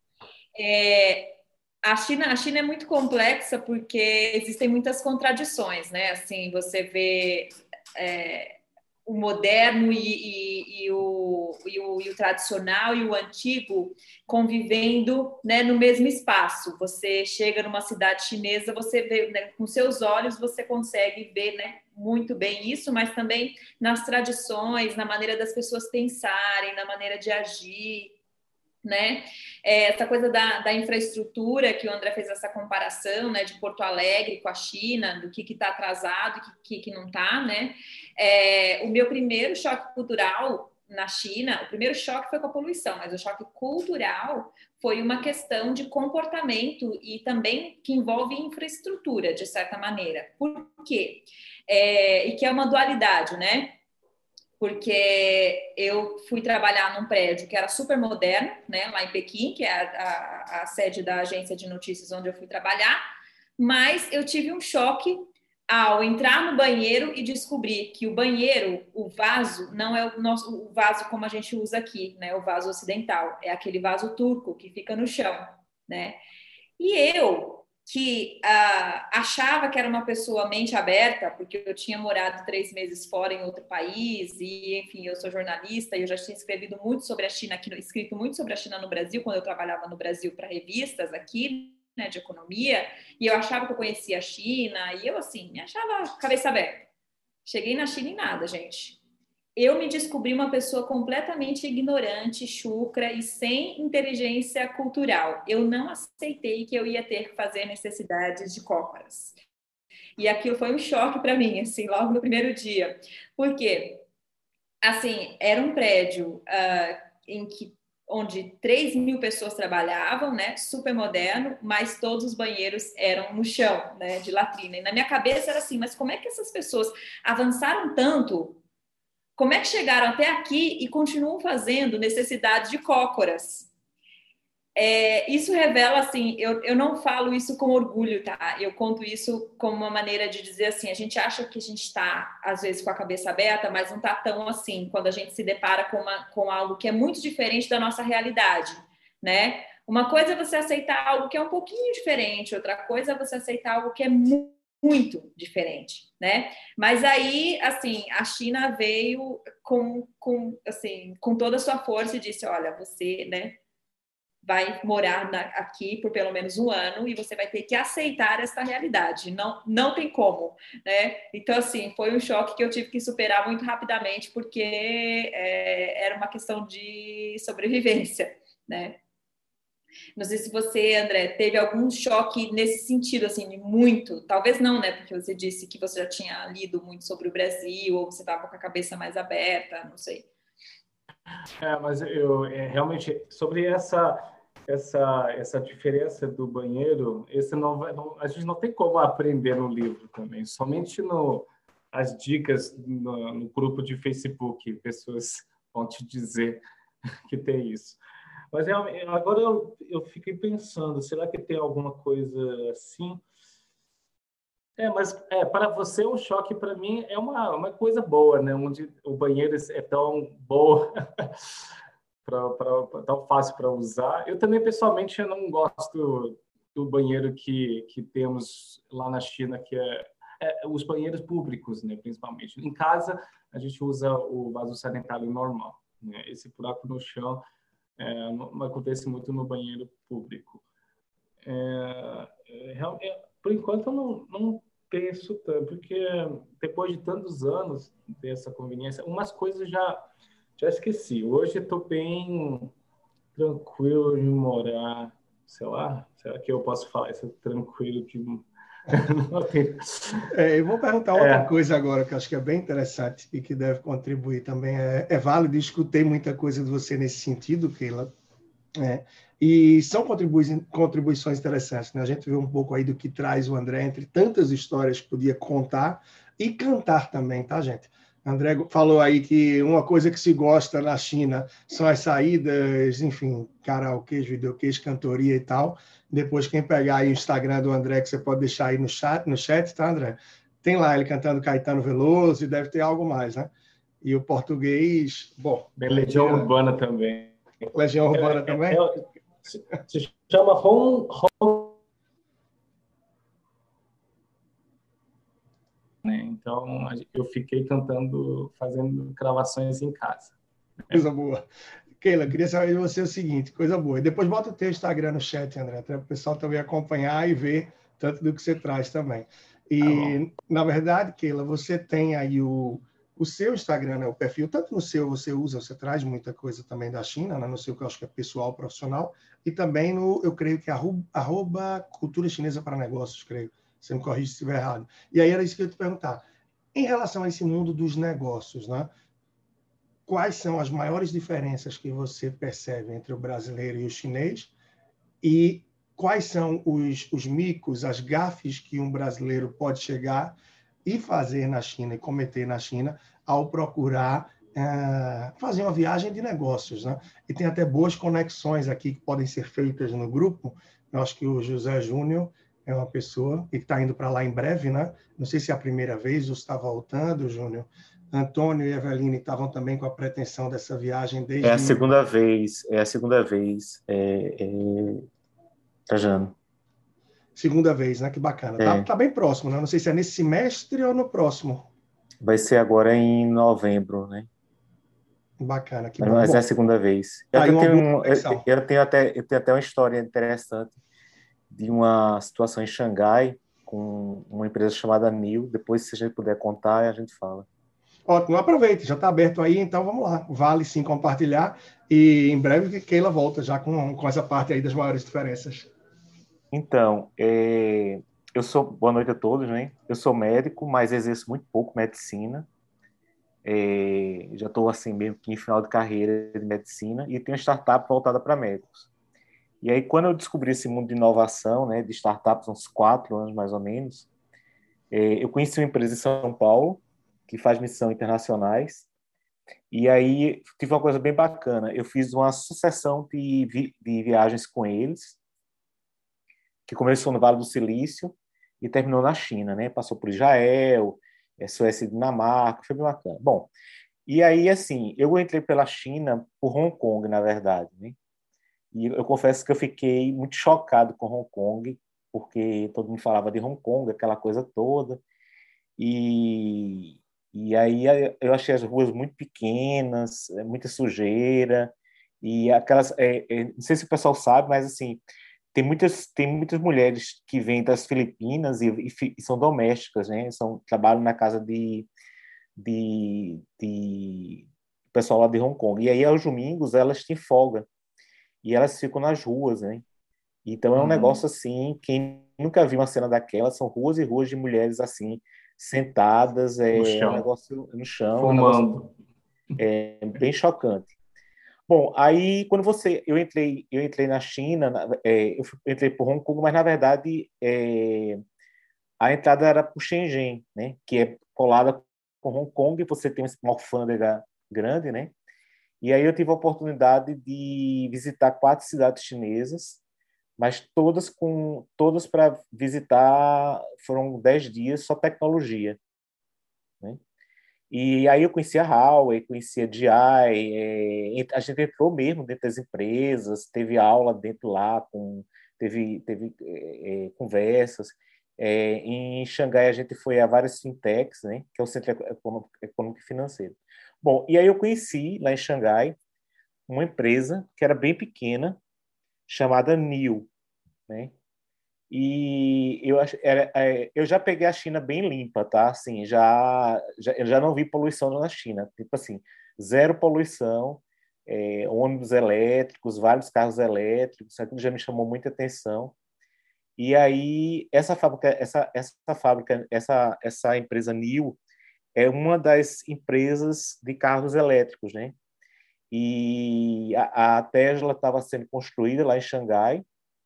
A China é muito complexa porque existem muitas contradições, né? Assim, você vê o moderno e o tradicional e o antigo convivendo, né, no mesmo espaço. Você chega numa cidade chinesa, você vê, né, com seus olhos, você consegue ver, né, muito bem isso, mas também nas tradições, na maneira das pessoas pensarem, na maneira de agir, né? Essa coisa da infraestrutura, que o André fez essa comparação, né, de Porto Alegre com a China, do que está atrasado e que não está, né? O meu primeiro choque cultural na China, o primeiro choque foi com a poluição, mas o choque cultural foi uma questão de comportamento e também que envolve infraestrutura, de certa maneira. Por quê? E que é uma dualidade, né? Porque eu fui trabalhar num prédio que era super moderno, né, lá em Pequim, que é a sede da agência de notícias onde eu fui trabalhar, mas eu tive um choque ao entrar no banheiro e descobrir que o banheiro, o vaso, não é o vaso como a gente usa aqui, né, o vaso ocidental, é aquele vaso turco que fica no chão, né? E eu, que achava que era uma pessoa mente aberta, porque eu tinha morado 3 meses fora em outro país, e, enfim, eu sou jornalista, e eu já tinha escrevido muito sobre a China aqui, escrito muito sobre a China no Brasil, quando eu trabalhava no Brasil para revistas aqui, né, de economia, e eu achava que eu conhecia a China, e eu, assim, me achava cabeça aberta. Cheguei na China e nada, gente. Eu me descobri uma pessoa completamente ignorante, chucra e sem inteligência cultural. Eu não aceitei que eu ia ter que fazer necessidades de cócoras. E aquilo foi um choque para mim, assim, logo no primeiro dia. Por quê? Assim, era um prédio onde 3.000 pessoas trabalhavam, né? Super moderno, mas todos os banheiros eram no chão, né? De latrina. E na minha cabeça era assim, mas como é que essas pessoas avançaram tanto? Como é que chegaram até aqui e continuam fazendo necessidade de cócoras? Isso revela, assim, eu não falo isso com orgulho, tá? Eu conto isso como uma maneira de dizer assim, a gente acha que a gente está, às vezes, com a cabeça aberta, mas não está tão assim, quando a gente se depara com algo que é muito diferente da nossa realidade, né? Uma coisa é você aceitar algo que é um pouquinho diferente, outra coisa é você aceitar algo que é muito diferente, né? Mas aí, assim, a China veio com toda a sua força e disse, olha, você, né, vai morar aqui por pelo menos um ano e você vai ter que aceitar essa realidade. Não tem como, né? Então, assim, foi um choque que eu tive que superar muito rapidamente porque era uma questão de sobrevivência, né? Não sei se você, André, teve algum choque nesse sentido, assim, muito. Talvez não, né? Porque você disse que você já tinha lido muito sobre o Brasil, ou você estava com a cabeça mais aberta, não sei. Mas eu realmente sobre essa diferença do banheiro, a gente não tem como aprender no livro também, somente as dicas no grupo de Facebook, pessoas vão te dizer que tem isso. Mas agora eu fiquei pensando, será que tem alguma coisa assim? Mas para você o choque, para mim, é uma coisa boa, né? Onde o banheiro é tão boa, tão fácil para usar. Eu também, pessoalmente, eu não gosto do banheiro que temos lá na China, que é os banheiros públicos, né? Principalmente. Em casa, a gente usa o vaso sanitário normal, né? Esse buraco no chão não acontece muito no banheiro público. Por enquanto, eu não penso tanto, porque depois de tantos anos dessa conveniência, umas coisas já esqueci. Hoje eu estou bem tranquilo de morar, sei lá, será que eu posso falar isso tranquilo de... Não tem... Eu vou perguntar outra coisa agora, que eu acho que é bem interessante e que deve contribuir também. É válido, escutei muita coisa de você nesse sentido, Keila. E são contribuições interessantes, né? A gente vê um pouco aí do que traz o André, entre tantas histórias que podia contar e cantar também, tá, gente? O André falou aí que uma coisa que se gosta na China são as saídas, enfim, karaokês, videokês, cantoria e tal. Depois, quem pegar aí o Instagram do André, que você pode deixar aí no chat, tá, André? Tem lá ele cantando Caetano Veloso e deve ter algo mais, né? E o português, bom... Legião Urbana também. Legião Urbana também? Se chama Hong. Então, eu fiquei cantando, fazendo gravações em casa. Coisa boa. Keila, queria saber de você o seguinte, coisa boa. E depois bota o teu Instagram no chat, André, para o pessoal também acompanhar e ver tanto do que você traz também. E, na verdade, Keila, você tem aí o seu Instagram, né, o perfil, tanto no seu você traz muita coisa também da China, né, no seu que eu acho que é pessoal, profissional, e também eu creio que é @ Cultura Chinesa para Negócios, creio. Você me corrige se estiver errado. E aí era isso que eu ia te perguntar. Em relação a esse mundo dos negócios, né? Quais são as maiores diferenças que você percebe entre o brasileiro e o chinês? E quais são os micos, as gafes que um brasileiro pode chegar e fazer na China e cometer na China ao procurar fazer uma viagem de negócios, né? E tem até boas conexões aqui que podem ser feitas no grupo. Eu acho que o José Júnior é uma pessoa que está indo para lá em breve, né? Não sei se é a primeira vez ou está voltando, Júnior. Antônio e Eveline estavam também com a pretensão dessa viagem desde... É a segunda vez, Trajano. Segunda vez, né? Que bacana. Tá bem próximo, né? Não sei se é nesse semestre ou no próximo. Vai ser agora em novembro, né? Bacana, que bom. Mas é a segunda vez. Eu tenho até uma história interessante de uma situação em Xangai com uma empresa chamada NIO. Depois, se a gente puder contar, a gente fala. Ótimo, aproveite, já está aberto aí, então vamos lá. Vale sim compartilhar e em breve Keila volta já com essa parte aí das maiores diferenças. Então, boa noite a todos, né? Eu sou médico, mas exerço muito pouco medicina. Já estou assim meio que em final de carreira de medicina e tenho uma startup voltada para médicos. E aí, quando eu descobri esse mundo de inovação, né, de startups, uns 4 anos mais ou menos, eu conheci uma empresa em São Paulo que faz missões internacionais. E aí tive uma coisa bem bacana. Eu fiz uma sucessão de viagens com eles, que começou no Vale do Silício e terminou na China, né? Passou por Israel, Suécia e Dinamarca, foi bem bacana. Bom, e aí, assim, eu entrei pela China por Hong Kong, na verdade, né? E eu confesso que eu fiquei muito chocado com Hong Kong, porque todo mundo falava de Hong Kong, aquela coisa toda. E aí eu achei as ruas muito pequenas, muita sujeira, e aquelas... não sei se o pessoal sabe, mas, assim, tem muitas mulheres que vêm das Filipinas e são domésticas, né? Trabalham na casa de pessoal lá de Hong Kong. E aí, aos domingos, elas têm folga. E elas ficam nas ruas, né? Então, é um negócio assim, quem nunca viu uma cena daquela, são ruas e ruas de mulheres assim, sentadas, um negócio no chão, fumando. Bem chocante. Bom, aí quando eu entrei na China, eu entrei por Hong Kong, mas na verdade a entrada era por Shenzhen, né? Que é colada com Hong Kong, você tem uma alfândega grande, né? E aí eu tive a oportunidade de visitar 4 cidades chinesas, mas todas para visitar, foram 10 dias só tecnologia, né? E aí eu conhecia a Huawei, conhecia a DJI, a gente entrou mesmo dentro das empresas, teve aula dentro lá, teve conversas. Em Xangai a gente foi a várias fintechs, né, que é o Centro Econômico e Financeiro. Bom, e aí eu conheci lá em Xangai uma empresa que era bem pequena, chamada NIO, né? E eu já peguei a China bem limpa, tá? Assim, eu já não vi poluição na China. Tipo assim, zero poluição, ônibus elétricos, vários carros elétricos, aquilo já me chamou muita atenção. E aí, essa empresa NIO é uma das empresas de carros elétricos, né? E a Tesla estava sendo construída lá em Xangai,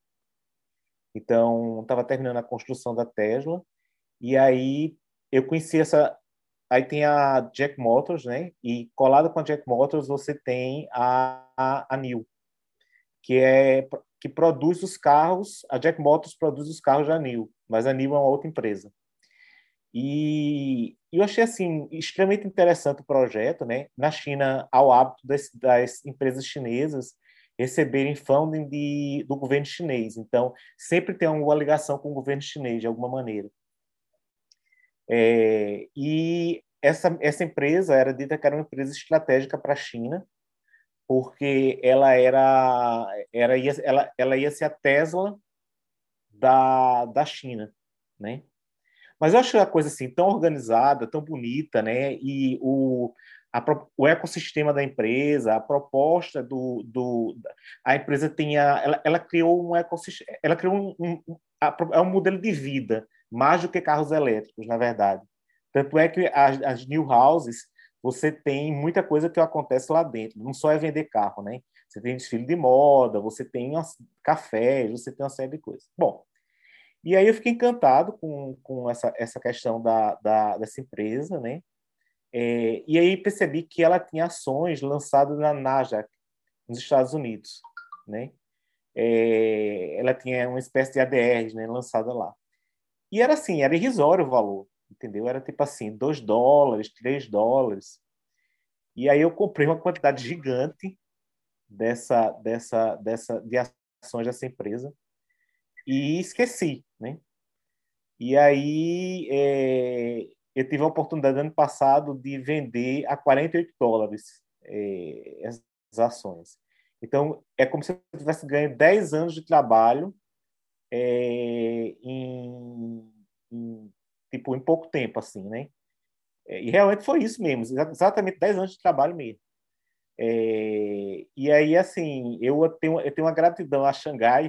então estava terminando a construção da Tesla, e aí eu conheci essa. Aí tem a Jack Motors, né? E colado com a Jack Motors você tem a NIO, que produz os carros. A Jack Motors produz os carros da NIO, mas a NIO é uma outra empresa. E eu achei assim extremamente interessante o projeto, né? Na China, há o hábito das empresas chinesas receberem funding do governo chinês. Então, sempre tem uma ligação com o governo chinês, de alguma maneira. E essa empresa era dita que era uma empresa estratégica para a China, porque ela ia ser a Tesla da China, né? Mas eu acho a coisa assim tão organizada, tão bonita, né? E o ecossistema da empresa, a proposta a empresa ela criou um ecossistema, ela criou é um modelo de vida mais do que carros elétricos, na verdade. Tanto é que as new houses, você tem muita coisa que acontece lá dentro. Não só é vender carro, né? Você tem desfile de moda, você tem cafés, você tem uma série de coisas. Bom, e aí eu fiquei encantado com essa questão dessa empresa, né? E aí percebi que ela tinha ações lançadas na Nasdaq, nos Estados Unidos, né? Ela tinha uma espécie de ADRs, né, lançada lá. E era assim, era irrisório o valor, entendeu? Era tipo assim, $2, $3. E aí eu comprei uma quantidade gigante de ações dessa empresa e esqueci, né? E aí eu tive a oportunidade ano passado de vender a $48 essas ações. Então, é como se eu tivesse ganho 10 anos de trabalho em pouco tempo, assim, né? E realmente foi isso mesmo, exatamente 10 anos de trabalho mesmo. E aí, assim, eu tenho uma gratidão a Xangai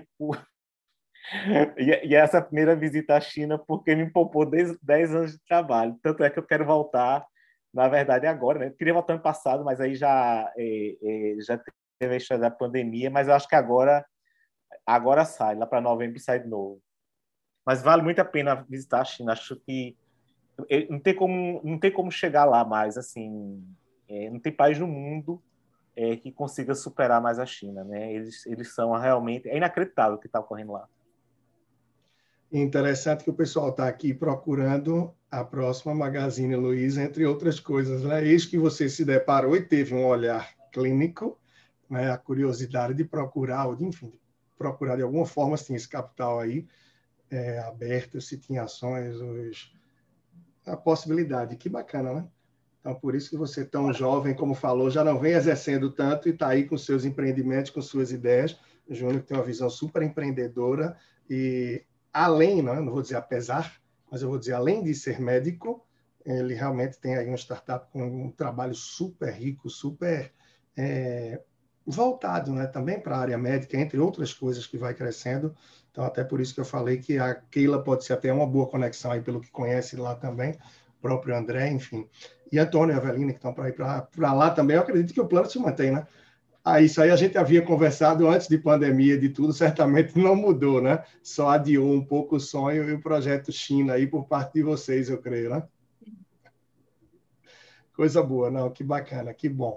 e essa primeira visita à China, porque me poupou 10 anos de trabalho. Tanto é que eu quero voltar, na verdade, agora, né? Eu queria voltar no passado, mas aí já teve a história da pandemia, mas eu acho que agora sai, lá para novembro sai de novo. Mas vale muito a pena visitar a China. Acho que não tem como chegar lá mais, assim, não tem país no mundo que consiga superar mais a China, né? Eles são realmente... É inacreditável o que está ocorrendo lá. Interessante que o pessoal está aqui procurando a próxima Magazine Luiza, entre outras coisas, né? Eis que você se deparou e teve um olhar clínico, né? A curiosidade de procurar, enfim, procurar de alguma forma se tinha esse capital aí aberto, se tinha ações, a possibilidade. Que bacana, né? Então, por isso que você, tão jovem, como falou, já não vem exercendo tanto e está aí com seus empreendimentos, com suas ideias. O Júnior tem uma visão super empreendedora e, além, não vou dizer apesar, mas eu vou dizer além de ser médico, ele realmente tem aí uma startup com um trabalho super rico, super voltado, né, também para a área médica, entre outras coisas que vai crescendo. Então, até por isso que eu falei que a Keila pode ser até uma boa conexão aí, pelo que conhece lá também, o próprio André, enfim. E Antônio e Avelina, que estão para ir para lá também, eu acredito que o plano se mantém, né? Isso aí a gente havia conversado antes de pandemia, de tudo, certamente não mudou, né? Só adiou um pouco o sonho e o projeto China aí por parte de vocês, eu creio, né? Coisa boa, não, que bacana, que bom.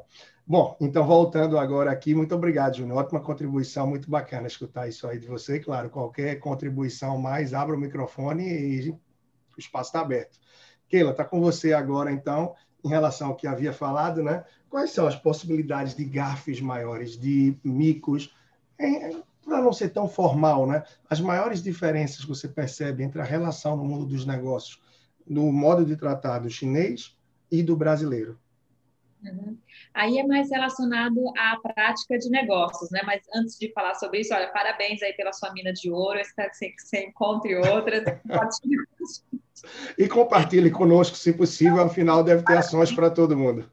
Bom, então voltando agora aqui, muito obrigado, Júnior. Ótima contribuição, muito bacana escutar isso aí de você. Claro, qualquer contribuição mais, abra o microfone e o espaço está aberto. Keila, está com você agora, então, em relação ao que havia falado, né? Quais são as possibilidades de gafes maiores, de micos, para não ser tão formal, né? As maiores diferenças que você percebe entre a relação no mundo dos negócios, no modo de tratar do chinês e do brasileiro? Uhum. Aí é mais relacionado à prática de negócios, né? Mas antes de falar sobre isso, olha, parabéns aí pela sua mina de ouro, eu espero que você encontre outras. E compartilhe conosco, se possível, afinal deve ter ações para todo mundo.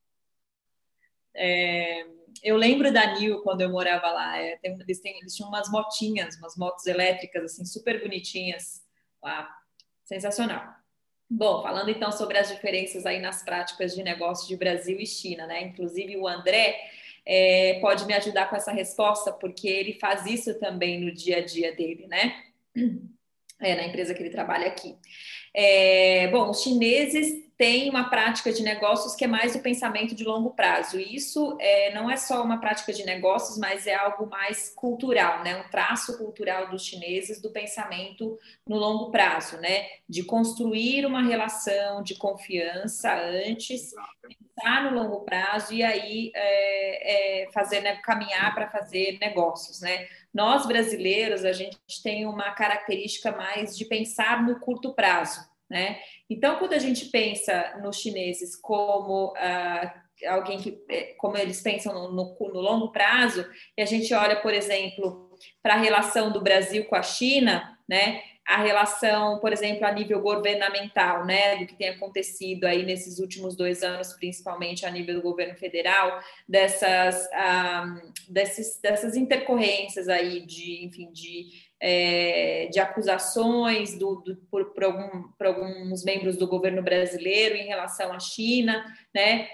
Eu lembro da Nil quando eu morava lá, eles tinham umas motinhas, umas motos elétricas, assim, super bonitinhas lá, sensacional. Bom, falando então sobre as diferenças aí nas práticas de negócio de Brasil e China, né? Inclusive o André pode me ajudar com essa resposta, porque ele faz isso também no dia a dia dele, né? Na empresa que ele trabalha aqui. Bom, os chineses têm uma prática de negócios que é mais o pensamento de longo prazo. E isso não é só uma prática de negócios, mas é algo mais cultural, né? Um traço cultural dos chineses do pensamento no longo prazo, né? De construir uma relação de confiança antes, pensar no longo prazo e aí fazer, né, caminhar para fazer negócios, né? Nós brasileiros, a gente tem uma característica mais de pensar no curto prazo, né? Então, quando a gente pensa nos chineses como alguém que, como eles pensam no longo prazo, e a gente olha, por exemplo, para a relação do Brasil com a China, né? A relação, por exemplo, a nível governamental, né, do que tem acontecido aí nesses últimos 2 anos, principalmente a nível do governo federal, dessas intercorrências aí de acusações por alguns membros do governo brasileiro em relação à China, né?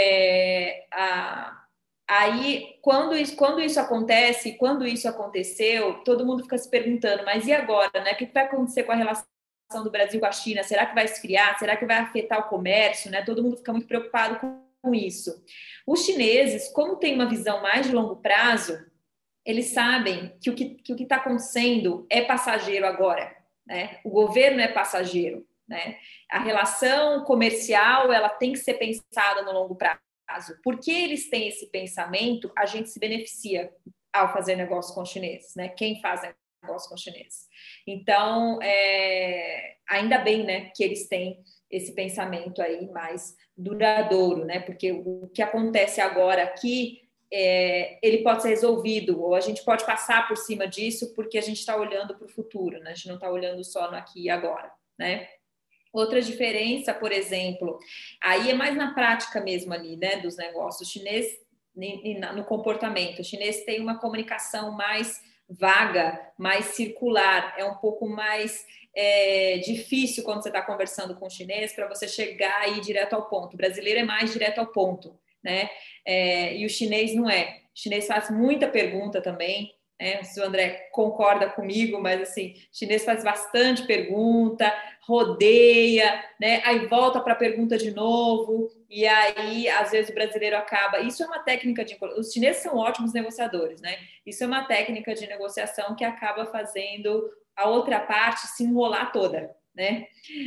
Aí, quando isso acontece, quando isso aconteceu, todo mundo fica se perguntando, mas e agora, né? O que vai acontecer com a relação do Brasil com a China? Será que vai esfriar? Será que vai afetar o comércio, né? Todo mundo fica muito preocupado com isso. Os chineses, como tem uma visão mais de longo prazo, eles sabem que o que está acontecendo é passageiro agora, né? O governo é passageiro, né? A relação comercial, ela tem que ser pensada no longo prazo. Porque eles têm esse pensamento, a gente se beneficia ao fazer negócio com os chineses, né? Quem faz negócio com os chineses. Então, ainda bem, né, que eles têm esse pensamento aí mais duradouro, né? Porque o que acontece agora aqui, ele pode ser resolvido, ou a gente pode passar por cima disso, porque a gente está olhando para o futuro, né? A gente não está olhando só no aqui e agora, né? Outra diferença, por exemplo, aí é mais na prática mesmo ali, né, dos negócios. O chinês, no comportamento, o chinês tem uma comunicação mais vaga, mais circular, é um pouco mais difícil quando você está conversando com o chinês para você chegar aí direto ao ponto. O brasileiro é mais direto ao ponto, né? E o chinês não é. O chinês faz muita pergunta também. Se o André concorda comigo, mas assim, o chinês faz bastante pergunta, rodeia, né? Aí volta para a pergunta de novo, e aí às vezes o brasileiro acaba. Isso é uma técnica de. Os chineses são ótimos negociadores, né? Isso é uma técnica de negociação que acaba fazendo a outra parte se enrolar toda, né?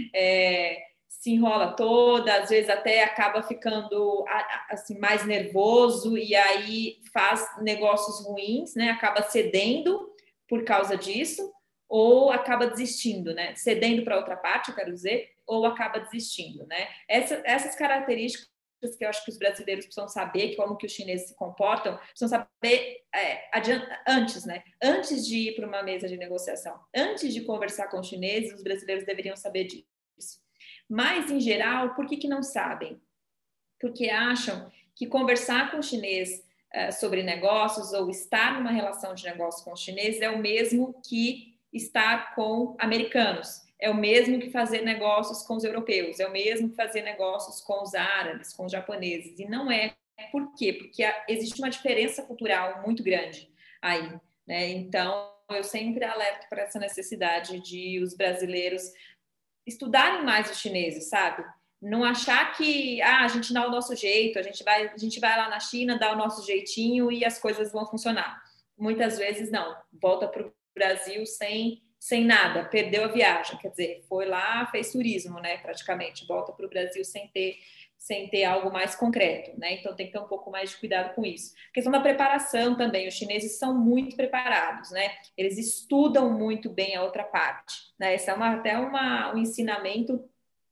Se enrola toda, às vezes até acaba ficando assim, mais nervoso e aí faz negócios ruins, né? Acaba cedendo por causa disso ou acaba desistindo, né? Cedendo para outra parte, eu quero dizer, ou acaba desistindo, né? Essas características que eu acho que os brasileiros precisam saber, como que os chineses se comportam, precisam saber antes, né? Antes de ir para uma mesa de negociação, antes de conversar com os chineses, os brasileiros deveriam saber disso. Mas, em geral, por que não sabem? Porque acham que conversar com o chinês sobre negócios ou estar numa relação de negócio com os chineses é o mesmo que estar com americanos, é o mesmo que fazer negócios com os europeus, é o mesmo que fazer negócios com os árabes, com os japoneses. E não é. Por quê? Porque existe uma diferença cultural muito grande aí, né? Então, eu sempre alerto para essa necessidade de os brasileiros estudarem mais os chineses, sabe? Não achar que a gente dá o nosso jeito, a gente vai lá na China, dá o nosso jeitinho e as coisas vão funcionar. Muitas vezes não, volta para o Brasil sem nada, perdeu a viagem, quer dizer, foi lá, fez turismo, né, praticamente, volta para o Brasil sem ter algo mais concreto, né? Então tem que ter um pouco mais de cuidado com isso. A questão da preparação também, os chineses são muito preparados, né? Eles estudam muito bem a outra parte, né? Esse é um ensinamento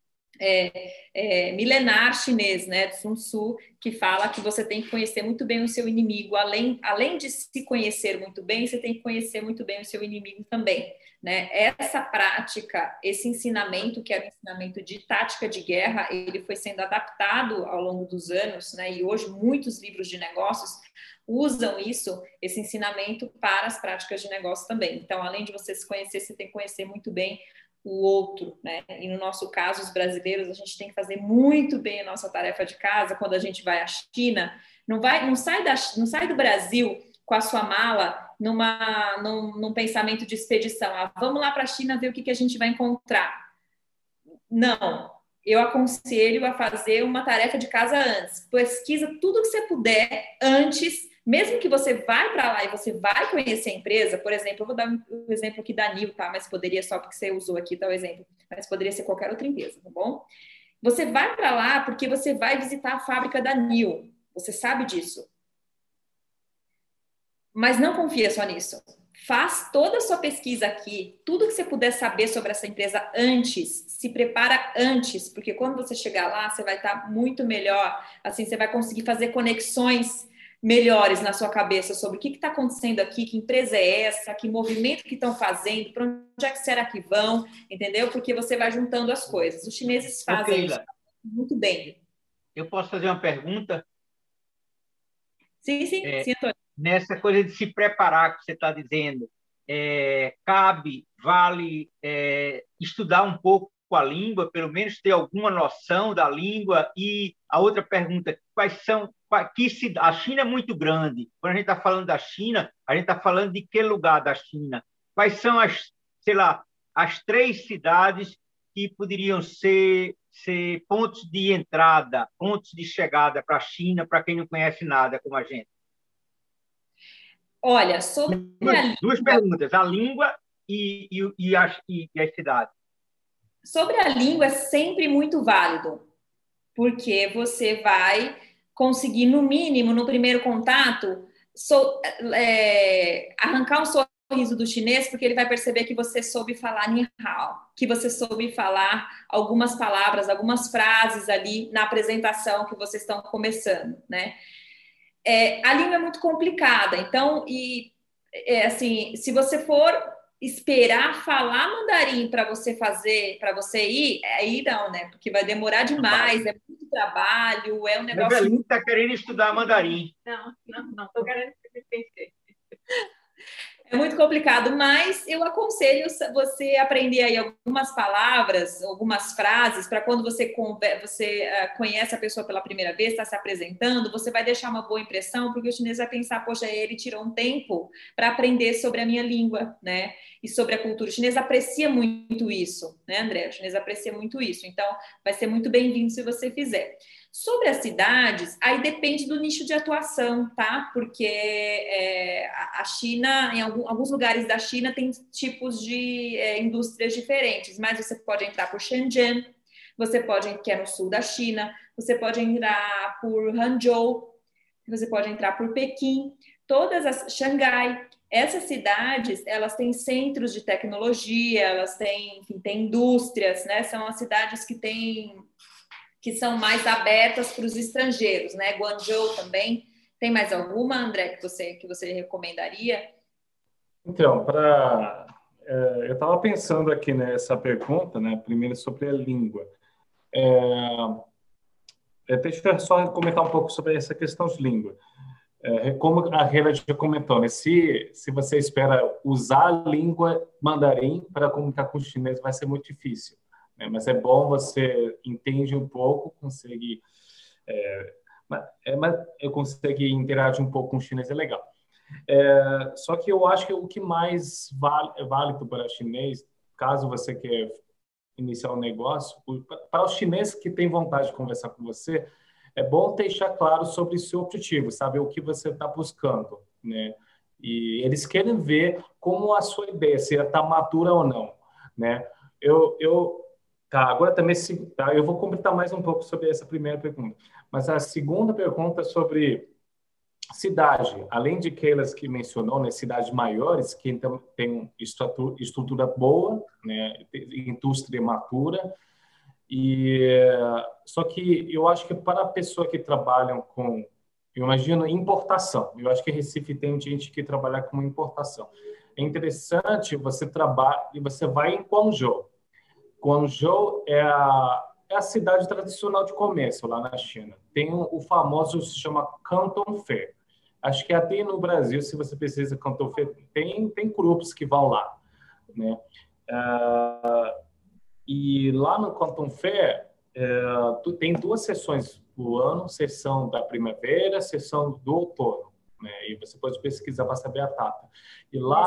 milenar chinês, né, de Sun Tzu, que fala que você tem que conhecer muito bem o seu inimigo, além de se conhecer muito bem, você tem que conhecer muito bem o seu inimigo também, né? Essa prática, esse ensinamento, que era o ensinamento de tática de guerra, ele foi sendo adaptado ao longo dos anos, né? E hoje muitos livros de negócios usam esse ensinamento para as práticas de negócio também. Então, além de você se conhecer, você tem que conhecer muito bem o outro, né? E no nosso caso, os brasileiros, a gente tem que fazer muito bem a nossa tarefa de casa. Quando a gente vai à China, não sai do Brasil com a sua mala num pensamento de expedição. Vamos lá para a China ver o que a gente vai encontrar. Não, eu aconselho a fazer uma tarefa de casa antes. Pesquisa tudo que você puder antes. Mesmo que você vai para lá e você vai conhecer a empresa, por exemplo, eu vou dar um exemplo aqui da NIO, tá? Mas poderia, só porque você usou aqui, tá o exemplo, mas poderia ser qualquer outra empresa, tá bom? Você vai para lá porque você vai visitar a fábrica da NIO, você sabe disso. Mas não confia só nisso. Faz toda a sua pesquisa aqui, tudo que você puder saber sobre essa empresa antes, se prepara antes, porque quando você chegar lá, você vai estar muito melhor, assim, você vai conseguir fazer conexões melhores na sua cabeça sobre o que está acontecendo aqui, que empresa é essa, que movimento que estão fazendo, para onde é que será que vão, entendeu? Porque você vai juntando as coisas. Os chineses fazem isso muito bem. Eu posso fazer uma pergunta? Sim, Antônio. Nessa coisa de se preparar, que você está dizendo, vale estudar um pouco a língua, pelo menos ter alguma noção da língua. E a outra pergunta, a China é muito grande. Quando a gente está falando da China, a gente está falando de que lugar da China? Quais são as 3 cidades que poderiam ser pontos de entrada, pontos de chegada para a China, para quem não conhece nada como a gente? Olha, sobre a língua... Duas perguntas, a língua e as cidades. Sobre a língua é sempre muito válido, porque você vai conseguir, no mínimo, no primeiro contato, arrancar um sorriso do chinês, porque ele vai perceber que você soube falar Ni Hao, que você soube falar algumas palavras, algumas frases ali na apresentação que vocês estão começando, né? A língua é muito complicada, então, assim, se você for esperar falar mandarim para você ir, aí não, né? Porque vai demorar demais, é muito trabalho, é um negócio... Evelyn está querendo estudar mandarim. Não, estou querendo conhecer. É muito complicado, mas eu aconselho você aprender aí algumas palavras, algumas frases, para quando você conhece a pessoa pela primeira vez, está se apresentando, você vai deixar uma boa impressão, porque o chinês vai pensar, poxa, ele tirou um tempo para aprender sobre a minha língua, né? E sobre a cultura. O chinês aprecia muito isso, né, André? O chinês aprecia muito isso. Então, vai ser muito bem-vindo se você fizer. Sobre as cidades, aí depende do nicho de atuação, tá? Porque a China, em alguns lugares da China, tem tipos de indústrias diferentes, mas você pode entrar por Shenzhen, que é no sul da China, você pode entrar por Hangzhou, você pode entrar por Pequim, Xangai. Essas cidades, elas têm centros de tecnologia, elas têm, enfim, tem indústrias, né? São as cidades que são mais abertas para os estrangeiros, né? Guangzhou também. Tem mais alguma, André, que você recomendaria? Então, eu estava pensando aqui nessa pergunta, né? Primeiro sobre a língua. Deixa eu só comentar um pouco sobre essa questão de língua. Como a Reina já comentou, né? Se você espera usar a língua mandarim para comunicar com os chineses, vai ser muito difícil. Mas é bom, você entende um pouco, consegue eu consegui interagir um pouco com o chinês, é legal. Só que eu acho que o que mais é válido para o chinês, caso você quer iniciar um negócio, para os chineses que têm vontade de conversar com você, é bom deixar claro sobre o seu objetivo, saber o que você está buscando, né? E eles querem ver como a sua ideia, se ela está madura ou não, né? Tá, agora também, tá, eu vou completar mais um pouco sobre essa primeira pergunta. Mas a segunda pergunta é sobre cidade. Além de aquelas que mencionou, né, cidades maiores, que então tem estrutura boa, né, indústria matura, só que eu acho que para a pessoa que trabalham com, eu imagino, importação, eu acho que em Recife tem gente que trabalha com importação. É interessante você trabalhar e você vai em Guangzhou. Guangzhou é a cidade tradicional de comércio lá na China. Tem o famoso, se chama Canton Fair. Acho que até no Brasil, se você precisa Canton Fair, tem grupos que vão lá, né? E lá no Canton Fair, tem 2 sessões do ano, sessão da primavera, sessão do outono, né? E você pode pesquisar para saber a data. E lá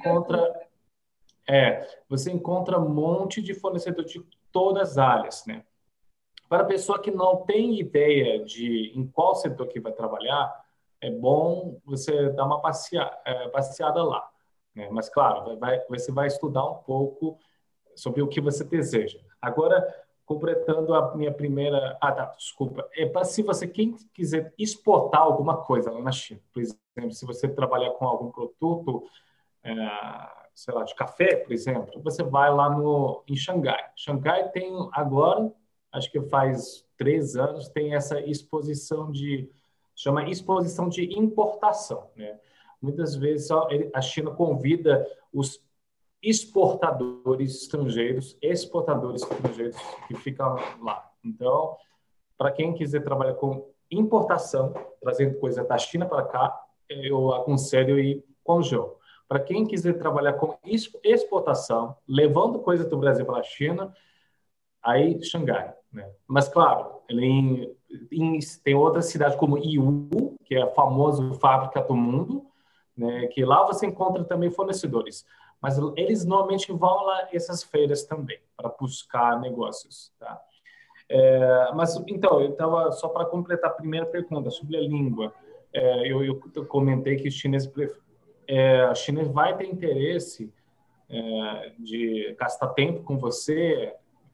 você encontra um monte de fornecedor de todas as áreas, né? Para a pessoa que não tem ideia de em qual setor que vai trabalhar, é bom você dar uma passeada lá, né? Mas, claro, você vai estudar um pouco sobre o que você deseja. Agora, completando a minha primeira... desculpa. É para se você quiser exportar alguma coisa lá na China. Por exemplo, se você trabalhar com algum produto, sei lá, de café, por exemplo, você vai lá em Xangai. Xangai tem agora, acho que faz 3 anos, tem essa exposição chama exposição de importação, né? Muitas vezes a China convida os exportadores estrangeiros que ficam lá. Então, para quem quiser trabalhar com importação, trazendo coisa da China para cá, eu aconselho ir Guangzhou. Para quem quiser trabalhar com exportação, levando coisa do Brasil para a China, aí Xangai, né? Mas, claro, tem outras cidades como Yiwu, que é a famosa fábrica do mundo, né? Que lá você encontra também fornecedores. Mas eles normalmente vão lá essas feiras também, para buscar negócios, tá? Mas, então, eu estava só para completar a primeira pergunta sobre a língua. Eu comentei que a chinês vai ter interesse de gastar tempo com você,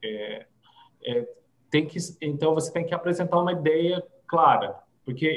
então você tem que apresentar uma ideia clara, porque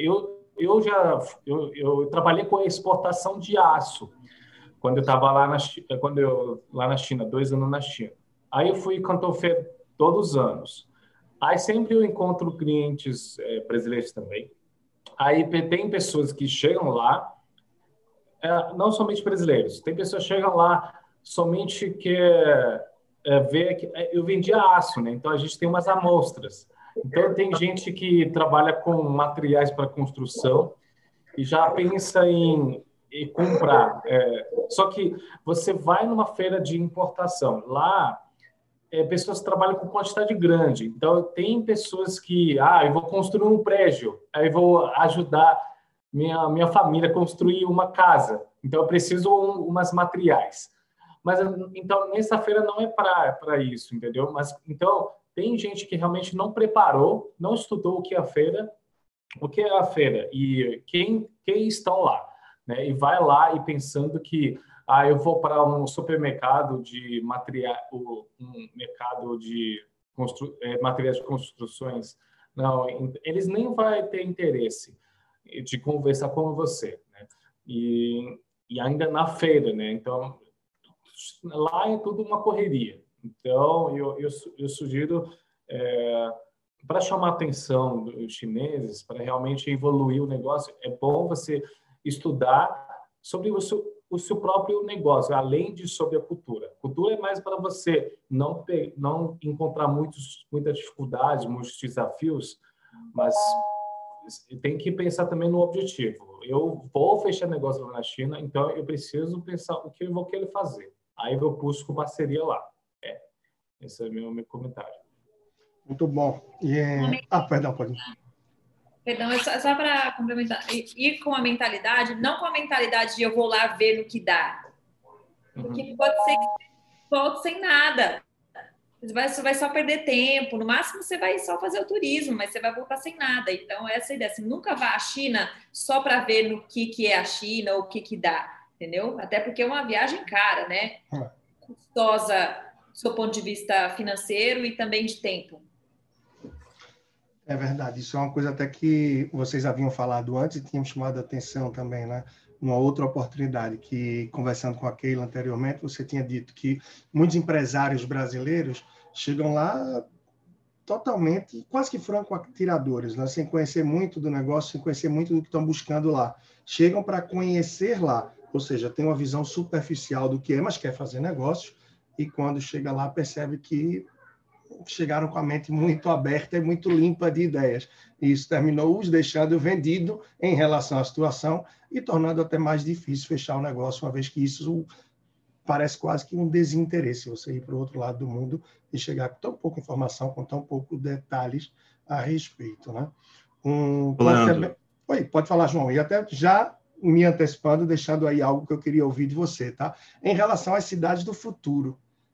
eu trabalhei com a exportação de aço quando eu estava lá na China, 2 anos na China. Aí eu fui em Canton Fair todos os anos. Aí sempre eu encontro clientes brasileiros também. Aí tem pessoas que chegam lá, não somente brasileiros, tem pessoas que chegam lá somente que ver que eu vendia aço, né? Então a gente tem umas amostras. Então tem gente que trabalha com materiais para construção e já pensa em comprar. Só que você vai numa feira de importação. Lá, pessoas trabalham com quantidade grande. Então, tem pessoas que... eu vou construir um prédio. Aí vou ajudar minha família a construir uma casa. Então, eu preciso umas materiais. Mas, então, nessa feira não é para isso, entendeu? Mas, então, tem gente que realmente não preparou, não estudou o que é a feira e quem estão lá, né? E vai lá e pensando que eu vou para um supermercado de material, um mercado de materiais de construções. Não, eles nem vão ter interesse de conversar com você, né? E ainda na feira, né? Então, lá é tudo uma correria. Então, eu sugiro... para chamar a atenção dos chineses, para realmente evoluir o negócio, é bom você estudar sobre o seu próprio negócio, além de sobre a cultura. Cultura é mais para você não encontrar muita dificuldade, muitos desafios, mas tem que pensar também no objetivo. Eu vou fechar negócio lá na China, então eu preciso pensar o que eu vou querer fazer. Aí eu busco parceria lá. Esse é meu comentário. Muito bom. Perdão, pode. Perdão, só para complementar. Ir com a mentalidade, não com a mentalidade de eu vou lá ver no que dá. Porque pode ser que volte sem nada. Você vai só perder tempo, no máximo você vai só fazer o turismo, mas você vai voltar sem nada. Então, essa é a ideia. Você nunca vá à China só para ver no que é a China ou o que dá, entendeu? Até porque é uma viagem cara, né? Custosa do seu ponto de vista financeiro e também de tempo. É verdade, isso é uma coisa até que vocês haviam falado antes e tínhamos chamado a atenção também, né? Uma outra oportunidade que, conversando com a Keila anteriormente, você tinha dito que muitos empresários brasileiros chegam lá totalmente, quase que franco-atiradores, né? Sem conhecer muito do negócio, sem conhecer muito do que estão buscando lá. Chegam para conhecer lá, ou seja, tem uma visão superficial do que é, mas quer fazer negócio, e quando chega lá percebe que chegaram com a mente muito aberta e muito limpa de ideias. E isso terminou os deixando vendido em relação à situação e tornando até mais difícil fechar o negócio, uma vez que isso parece quase que um desinteresse, você ir para o outro lado do mundo e chegar com tão pouca informação, com tão poucos detalhes a respeito. Né? Oi, pode falar, João. E até já me antecipando, deixando aí algo que eu queria ouvir de você. Tá? Em relação às cidades do futuro,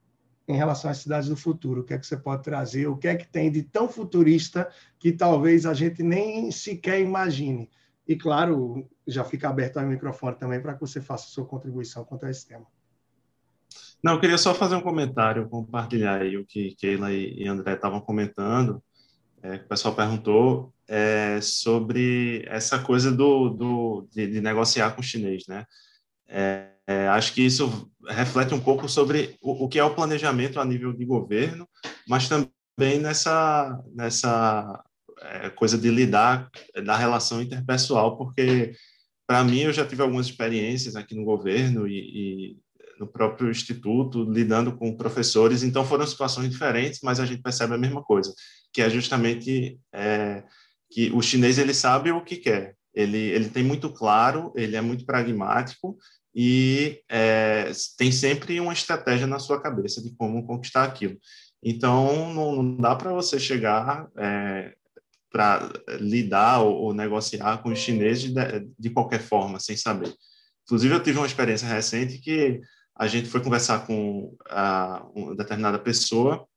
o que é que você pode trazer? O que é que tem de tão futurista que talvez a gente nem sequer imagine? E, claro, já fica aberto o microfone também para que você faça a sua contribuição quanto a esse tema. Não, eu queria só fazer um comentário, compartilhar aí o que Keila e André estavam comentando, que o pessoal perguntou sobre essa coisa de negociar com o chinês, né? Acho que isso reflete um pouco sobre o que é o planejamento a nível de governo, mas também nessa coisa de lidar da relação interpessoal, porque, para mim, eu já tive algumas experiências aqui no governo e no próprio instituto, lidando com professores, então foram situações diferentes, mas a gente percebe a mesma coisa, que é justamente que o chinês ele sabe o que quer, ele tem muito claro, ele é muito pragmático, e tem sempre uma estratégia na sua cabeça de como conquistar aquilo. Então, não dá para você chegar para lidar ou negociar com os chineses de qualquer forma, sem saber. Inclusive, eu tive uma experiência recente que a gente foi conversar com uma determinada pessoa,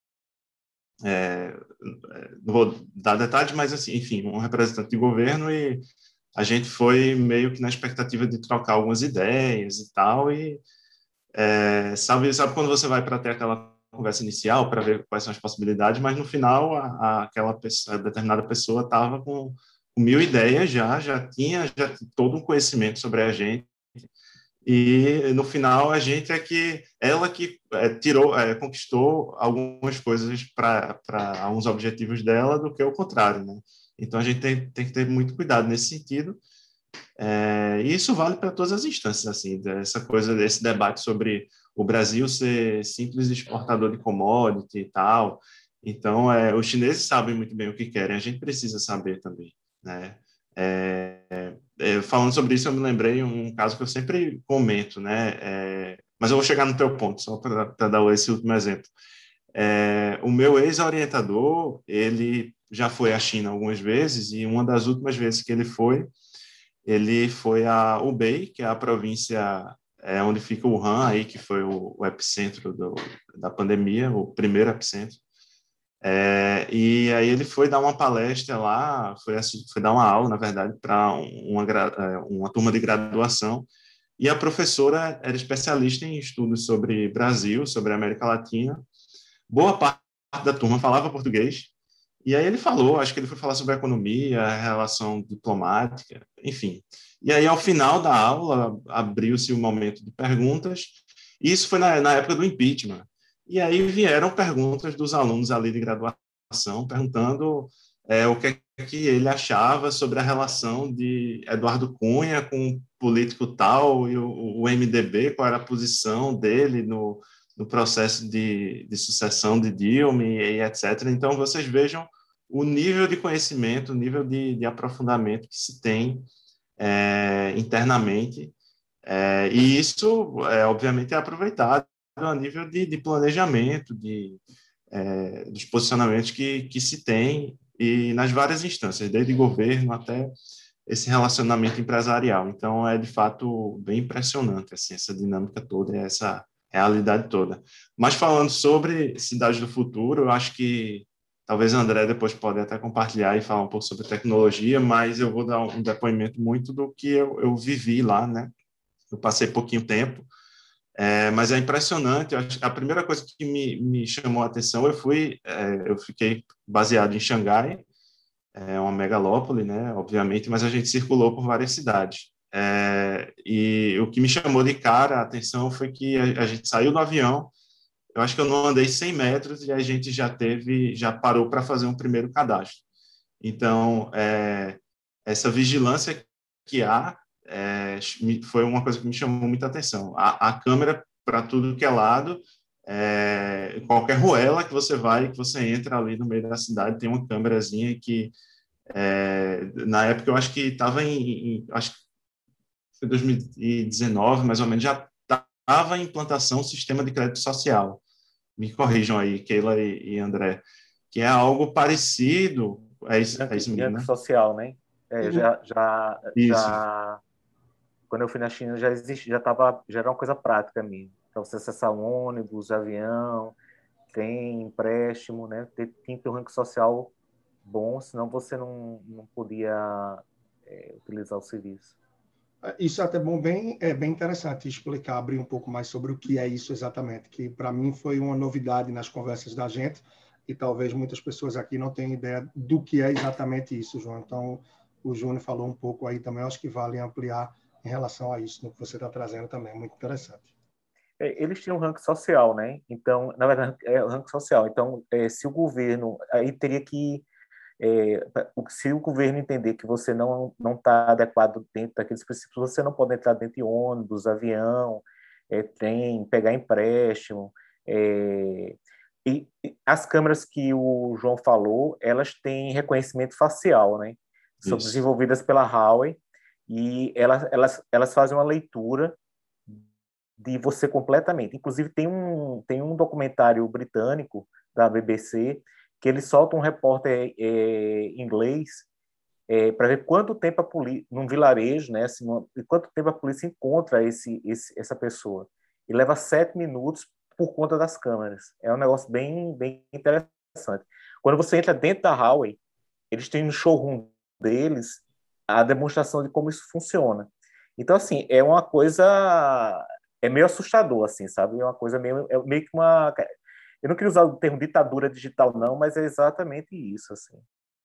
não vou dar detalhes, mas, assim, enfim, um representante de governo, e a gente foi meio que na expectativa de trocar algumas ideias e tal, e sabe quando você vai para ter aquela conversa inicial para ver quais são as possibilidades, mas no final a determinada pessoa estava com 1000 ideias já tinha todo um conhecimento sobre a gente, e no final a gente ela que conquistou algumas coisas para alguns objetivos dela do que o contrário, né? Então a gente tem que ter muito cuidado nesse sentido. E isso vale para todas as instâncias, assim, essa coisa desse debate sobre o Brasil ser simples exportador de commodity e tal. Então, os chineses sabem muito bem o que querem, a gente precisa saber também, né? Falando sobre isso, eu me lembrei um caso que eu sempre comento, né? Mas eu vou chegar no teu ponto, só para dar esse último exemplo. O meu ex-orientador, ele já foi à China algumas vezes, e uma das últimas vezes que ele foi a Hubei, que é a província onde fica Wuhan, aí, que foi o epicentro da pandemia, o primeiro epicentro. E aí ele foi dar uma palestra lá, foi dar uma aula, na verdade, para uma turma de graduação, e a professora era especialista em estudos sobre Brasil, sobre América Latina. Boa parte da turma falava português, e aí ele falou, acho que ele foi falar sobre a economia, a relação diplomática, enfim. E aí, ao final da aula, abriu-se um momento de perguntas, e isso foi na época do impeachment. E aí vieram perguntas dos alunos ali de graduação, perguntando o que é que ele achava sobre a relação de Eduardo Cunha com o político tal e o MDB, qual era a posição dele no processo de sucessão de Dilma e etc. Então, vocês vejam o nível de conhecimento, o nível de aprofundamento que se tem internamente, e isso, obviamente, é aproveitado a nível de planejamento, dos posicionamentos que se tem, e nas várias instâncias, desde governo até esse relacionamento empresarial. Então, de fato, bem impressionante assim, essa dinâmica toda, essa realidade toda. Mas falando sobre cidade do futuro, eu acho que talvez o André depois pode até compartilhar e falar um pouco sobre tecnologia, mas eu vou dar um depoimento muito do que eu vivi lá, né? Eu passei pouquinho tempo, mas é impressionante. A primeira coisa que me chamou a atenção, eu fiquei baseado em Xangai, é uma megalópole, né? Obviamente, mas a gente circulou por várias cidades. E o que me chamou de cara a atenção foi que a gente saiu do avião. Eu acho que eu não andei 100 metros e a gente já parou para fazer um primeiro cadastro. Então, essa vigilância que há foi uma coisa que me chamou muita atenção. A câmera para tudo que é lado, qualquer ruela que você vai, que você entra ali no meio da cidade, tem uma câmerazinha que, na época, eu acho que estava acho que foi 2019, mais ou menos, já estava em implantação o sistema de crédito social. Me corrijam aí, Keila e André, que é algo parecido. É isso mesmo, né? Social, né? Isso. Quando eu fui na China já era uma coisa prática mesmo. Então você acessar um ônibus, avião, tem empréstimo, né? Tem que ter um ranking social bom, senão você não podia utilizar o serviço. Isso é até bom, bem interessante explicar, abrir um pouco mais sobre o que é isso exatamente, que para mim foi uma novidade nas conversas da gente e talvez muitas pessoas aqui não tenham ideia do que é exatamente isso, João. Então, o Júnior falou um pouco aí também, acho que vale ampliar em relação a isso, no que você está trazendo também, é muito interessante. Eles tinham um ranking social, né? Então, na verdade, é o ranking social. Então, se o governo... Aí teria que... se o governo entender que você não está adequado dentro daqueles princípios, você não pode entrar dentro de ônibus, avião, trem, pegar empréstimo. E as câmeras que o João falou, elas têm reconhecimento facial, né? São Isso. desenvolvidas pela Huawei e elas fazem uma leitura de você completamente. Inclusive, tem um documentário britânico da BBC que ele solta um repórter inglês para ver quanto tempo a polícia, num vilarejo, né, assim, quanto tempo a polícia encontra essa pessoa. E leva 7 minutos por conta das câmeras. É um negócio bem, bem interessante. Quando você entra dentro da Huawei, eles têm no showroom deles a demonstração de como isso funciona. Então, assim, é uma coisa... É meio assustador, assim, sabe? É uma coisa meio que uma... Eu não queria usar o termo ditadura digital, não, mas é exatamente isso, assim.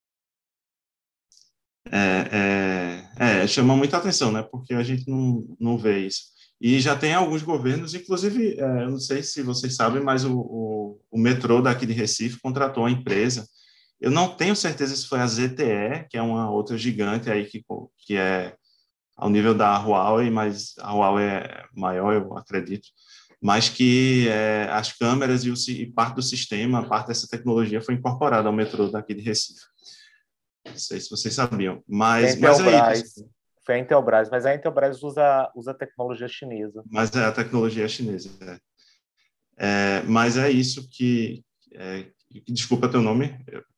Chama muita atenção, né? Porque a gente não vê isso. E já tem alguns governos, inclusive, eu não sei se vocês sabem, mas o metrô daqui de Recife contratou uma empresa. Eu não tenho certeza se foi a ZTE, que é uma outra gigante aí que é ao nível da Huawei, mas a Huawei é maior, eu acredito, mas que as câmeras e parte do sistema, parte dessa tecnologia foi incorporada ao metrô daqui de Recife. Não sei se vocês sabiam, mas é isso. Foi a Intelbras, mas a Intelbras usa tecnologia chinesa. Mas a tecnologia é chinesa. Mas é isso que... desculpa teu nome.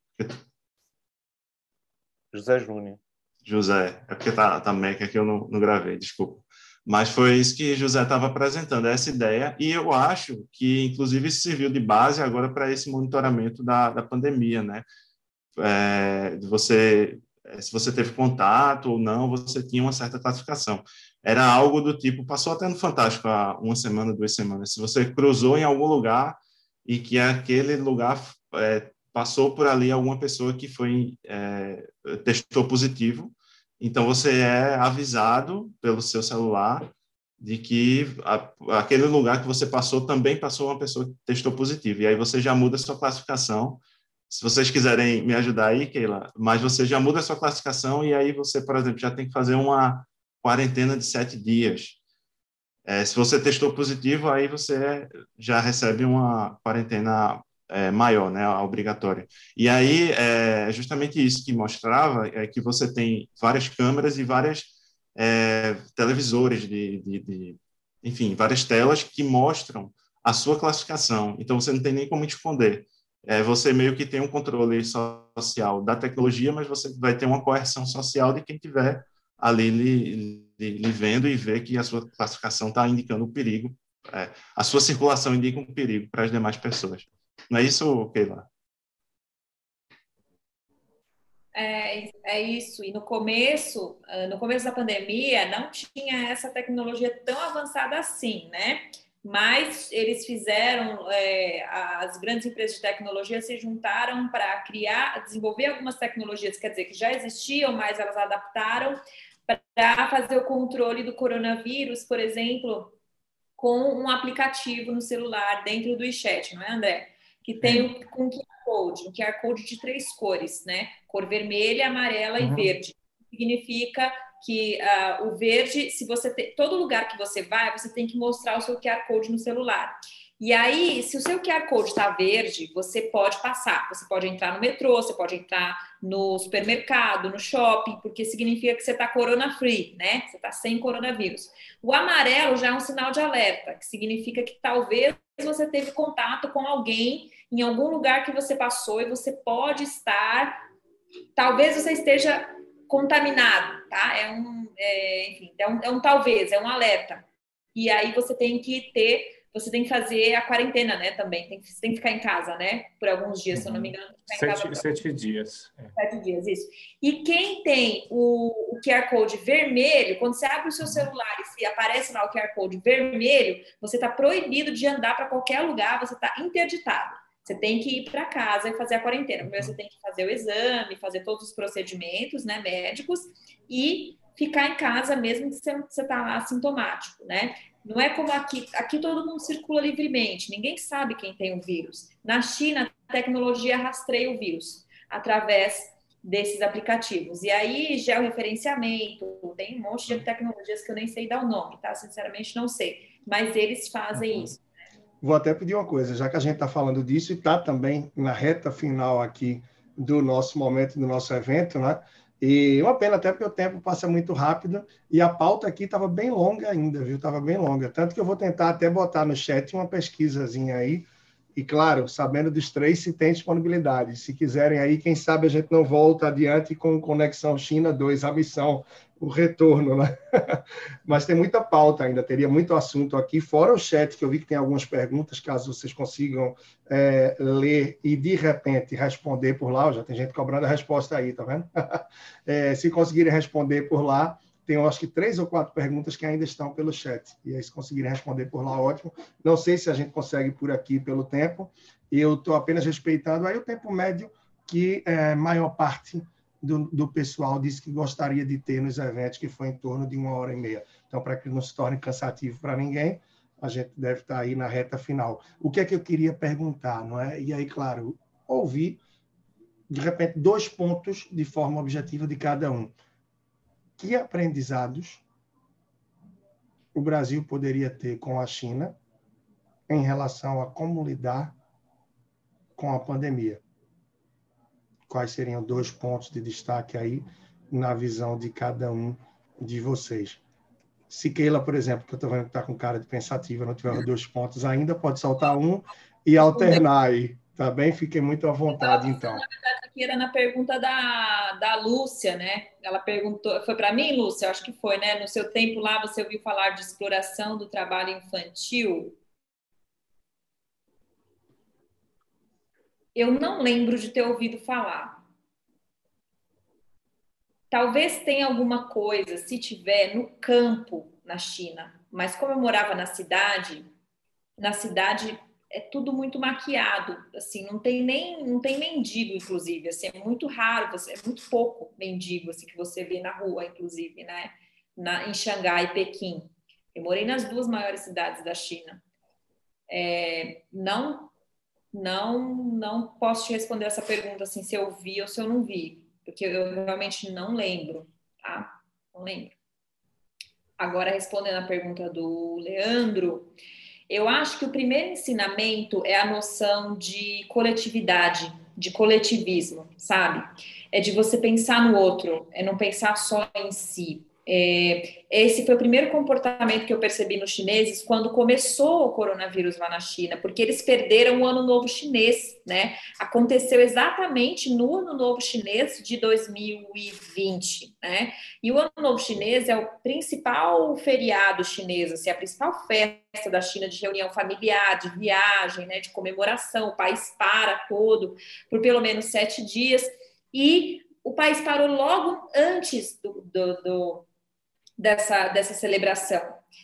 José Júnior. José, é porque tá Meca que eu não gravei, desculpa. Mas foi isso que José estava apresentando, essa ideia, e eu acho que, inclusive, isso serviu de base agora para esse monitoramento da pandemia, né? Se você teve contato ou não, você tinha uma certa classificação. Era algo do tipo, passou até no Fantástico há 1 semana, 2 semanas, se você cruzou em algum lugar e que aquele lugar passou por ali alguma pessoa que testou positivo, então você é avisado pelo seu celular de que aquele lugar que você passou também passou uma pessoa que testou positivo, e aí você já muda a sua classificação. Se vocês quiserem me ajudar aí, Keila, mas você já muda a sua classificação e aí você, por exemplo, já tem que fazer uma quarentena de 7 dias. Se você testou positivo, aí você já recebe uma quarentena maior, né, obrigatória. E aí, justamente isso que mostrava é que você tem várias câmeras e várias televisores, enfim, várias telas que mostram a sua classificação. Então, você não tem nem como esconder. Você meio que tem um controle social da tecnologia, mas você vai ter uma coerção social de quem tiver ali lhe vendo e ver que a sua classificação está indicando o perigo a sua circulação indica um perigo para as demais pessoas. Não é isso, Keila? É isso. E no começo da pandemia, não tinha essa tecnologia tão avançada assim, né? Mas eles fizeram, as grandes empresas de tecnologia se juntaram para desenvolver algumas tecnologias, quer dizer, que já existiam, mas elas adaptaram para fazer o controle do coronavírus, por exemplo, com um aplicativo no celular dentro do WeChat, não é, André? Que tem um QR Code de 3 cores, né? Cor vermelha, amarela e verde. Significa que o verde, se você todo lugar que você vai, você tem que mostrar o seu QR Code no celular. E aí, se o seu QR Code está verde, você pode passar. Você pode entrar no metrô, você pode entrar no supermercado, no shopping, porque significa que você está corona-free, né? Você está sem coronavírus. O amarelo já é um sinal de alerta, que significa que talvez você teve contato com alguém em algum lugar que você passou e você pode estar... Talvez você esteja contaminado, tá? Enfim, é um talvez, é um alerta. E aí você tem que fazer a quarentena, né, também. Você tem que ficar em casa, né, por alguns dias, se eu não me engano. 7 dias. 7 dias, isso. E quem tem o QR Code vermelho, quando você abre o seu celular e se aparece lá o QR Code vermelho, você está proibido de andar para qualquer lugar, você está interditado. Você tem que ir para casa e fazer a quarentena. Primeiro você tem que fazer o exame, fazer todos os procedimentos, né, médicos, e ficar em casa mesmo que você está assintomático, né? Não é como aqui. Aqui todo mundo circula livremente. Ninguém sabe quem tem o vírus. Na China, a tecnologia rastreia o vírus através desses aplicativos. E aí, georreferenciamento, tem um monte de tecnologias que eu nem sei dar o nome, tá? Sinceramente, não sei. Mas eles fazem isso. Vou até pedir uma coisa, já que a gente está falando disso e está também na reta final aqui do nosso momento, do nosso evento, né? E uma pena até porque o tempo passa muito rápido e a pauta aqui estava bem longa ainda, viu? Estava bem longa. Tanto que eu vou tentar até botar no chat uma pesquisazinha aí. E, claro, sabendo dos 3 se tem disponibilidade. Se quiserem aí, quem sabe a gente não volta adiante com Conexão China 2, a missão, o retorno, né? Mas tem muita pauta ainda, teria muito assunto aqui, fora o chat, que eu vi que tem algumas perguntas, caso vocês consigam ler e, de repente, responder por lá. Já tem gente cobrando a resposta aí, tá vendo? Se conseguirem responder por lá, tem, eu acho que 3 ou 4 perguntas que ainda estão pelo chat. E aí, se conseguirem responder por lá, ótimo. Não sei se a gente consegue por aqui pelo tempo. Eu estou apenas respeitando aí o tempo médio que a maior parte do pessoal disse que gostaria de ter nos eventos, que foi em torno de 1h30. Então, para que não se torne cansativo para ninguém, a gente deve estar aí na reta final. O que é que eu queria perguntar, não é? E aí, claro, ouvir, de repente, 2 pontos de forma objetiva de cada um. Que aprendizados o Brasil poderia ter com a China em relação a como lidar com a pandemia? Quais seriam 2 pontos de destaque aí na visão de cada um de vocês? Se Keila, por exemplo, que eu estou vendo que está com cara de pensativa, não tiver 2 pontos ainda, pode soltar um e alternar aí, tá bem? Fiquem muito à vontade, então. Aqui era na pergunta da Lúcia, né? Ela perguntou, foi para mim, Lúcia? Eu acho que foi, né? No seu tempo lá, você ouviu falar de exploração do trabalho infantil? Eu não lembro de ter ouvido falar. Talvez tenha alguma coisa, se tiver, no campo na China. Mas como eu morava na cidade é tudo muito maquiado, assim, não tem mendigo, inclusive, assim, é muito raro, é muito pouco mendigo, assim, que você vê na rua, inclusive, né, em Xangai e Pequim. Eu morei nas 2 maiores cidades da China. Não posso te responder essa pergunta, assim, se eu vi ou se eu não vi, porque eu realmente não lembro, tá? Não lembro. Agora, respondendo a pergunta do Leandro, eu acho que o primeiro ensinamento é a noção de coletividade, de coletivismo, sabe? É de você pensar no outro, é não pensar só em si. Esse foi o primeiro comportamento que eu percebi nos chineses quando começou o coronavírus lá na China, porque eles perderam o Ano Novo Chinês, né? Aconteceu exatamente no Ano Novo Chinês de 2020, né? E o Ano Novo Chinês é o principal feriado chinês, assim, a principal festa da China de reunião familiar, de viagem, né? De comemoração. O país para todo por pelo menos 7 dias e o país parou logo antes dessa celebração.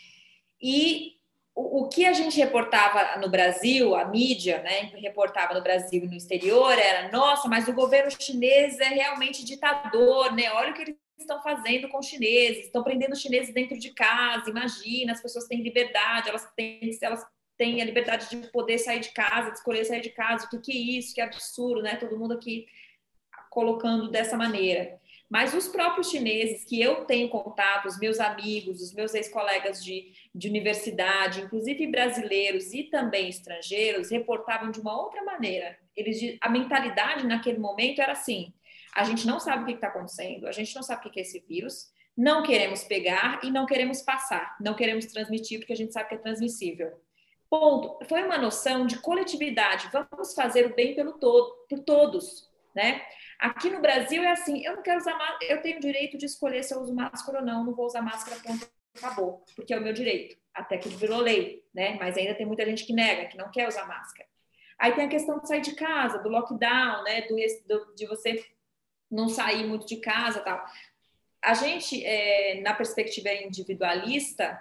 E o que a gente reportava no Brasil, a mídia, né, reportava no Brasil e no exterior, era: nossa, mas o governo chinês é realmente ditador, né? Olha o que eles estão fazendo com os chineses, estão prendendo os chineses dentro de casa, imagina, as pessoas têm liberdade, elas têm a liberdade de poder sair de casa, de escolher sair de casa, o que é isso, que absurdo, né? Todo mundo aqui colocando dessa maneira. Mas os próprios chineses que eu tenho contato, os meus amigos, os meus ex-colegas de universidade, inclusive brasileiros e também estrangeiros, reportavam de uma outra maneira. A mentalidade naquele momento era assim: a gente não sabe o que está acontecendo, a gente não sabe o que é esse vírus, não queremos pegar e não queremos passar, não queremos transmitir porque a gente sabe que é transmissível. Ponto. Foi uma noção de coletividade, vamos fazer o bem por todos, né? Aqui no Brasil é assim: eu não quero usar máscara, eu tenho o direito de escolher se eu uso máscara ou não vou usar máscara, ponto, acabou, porque é o meu direito, até que virou lei, né? Mas ainda tem muita gente que nega, que não quer usar máscara. Aí tem a questão de sair de casa, do lockdown, né? De você não sair muito de casa, tal. A gente, na perspectiva individualista,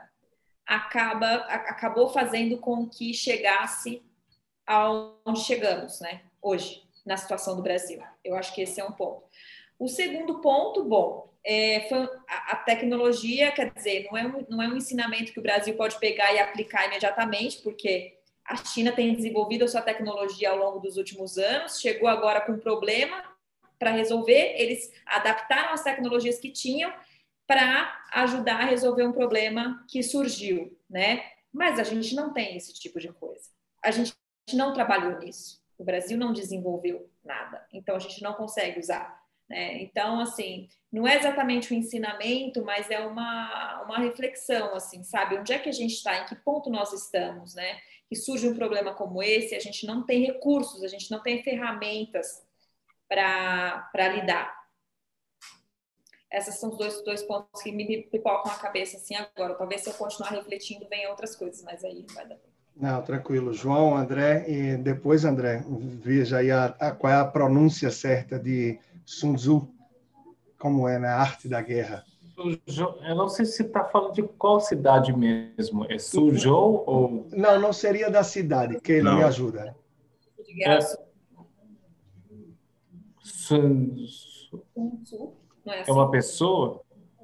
acabou fazendo com que chegasse aonde chegamos, né? Hoje, na situação do Brasil. Eu acho que esse é um ponto. O segundo ponto, foi a tecnologia, quer dizer, não é um ensinamento que o Brasil pode pegar e aplicar imediatamente, porque a China tem desenvolvido a sua tecnologia ao longo dos últimos anos, chegou agora com um problema para resolver, eles adaptaram as tecnologias que tinham para ajudar a resolver um problema que surgiu, né? Mas a gente não tem esse tipo de coisa. A gente não trabalhou nisso. O Brasil não desenvolveu nada, então a gente não consegue usar, né? Então, assim, não é exatamente um ensinamento, mas é uma reflexão, assim, sabe? Onde é que a gente está? Em que ponto nós estamos, né? Que surge um problema como esse, a gente não tem recursos, a gente não tem ferramentas para lidar. Esses são os dois pontos que me pipocam a cabeça, assim, agora. Talvez se eu continuar refletindo, venham outras coisas, mas aí não vai dar tempo. Não, tranquilo. João, André, e depois, André, veja aí qual é a pronúncia certa de Sun Tzu, como é na arte da guerra. Eu não sei se está falando de qual cidade mesmo. É Suzhou ou... Não seria da cidade. Keila, me ajuda. Sun Tzu. É uma pessoa?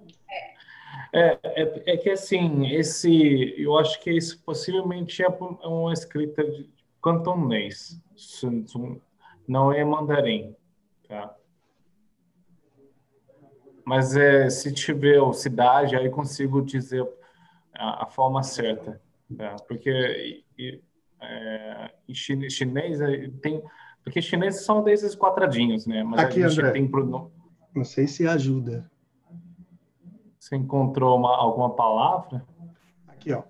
É que assim, eu acho que esse possivelmente é uma escrita de cantonês, não é mandarim, tá? Mas se tiver cidade, aí consigo dizer a forma certa, tá? Porque em chinês tem, porque chineses são desses quadradinhos, né? Mas aqui, a gente André, tem não sei se ajuda. Você encontrou alguma palavra? Aqui, ó.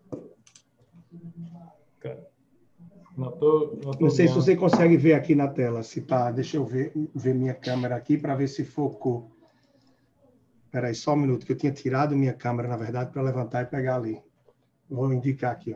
Não sei se você consegue ver aqui na tela. Se tá, deixa eu ver minha câmera aqui para ver se focou. Espera aí, só um minuto, que eu tinha tirado minha câmera, na verdade, para levantar e pegar ali. Vou indicar aqui, ó.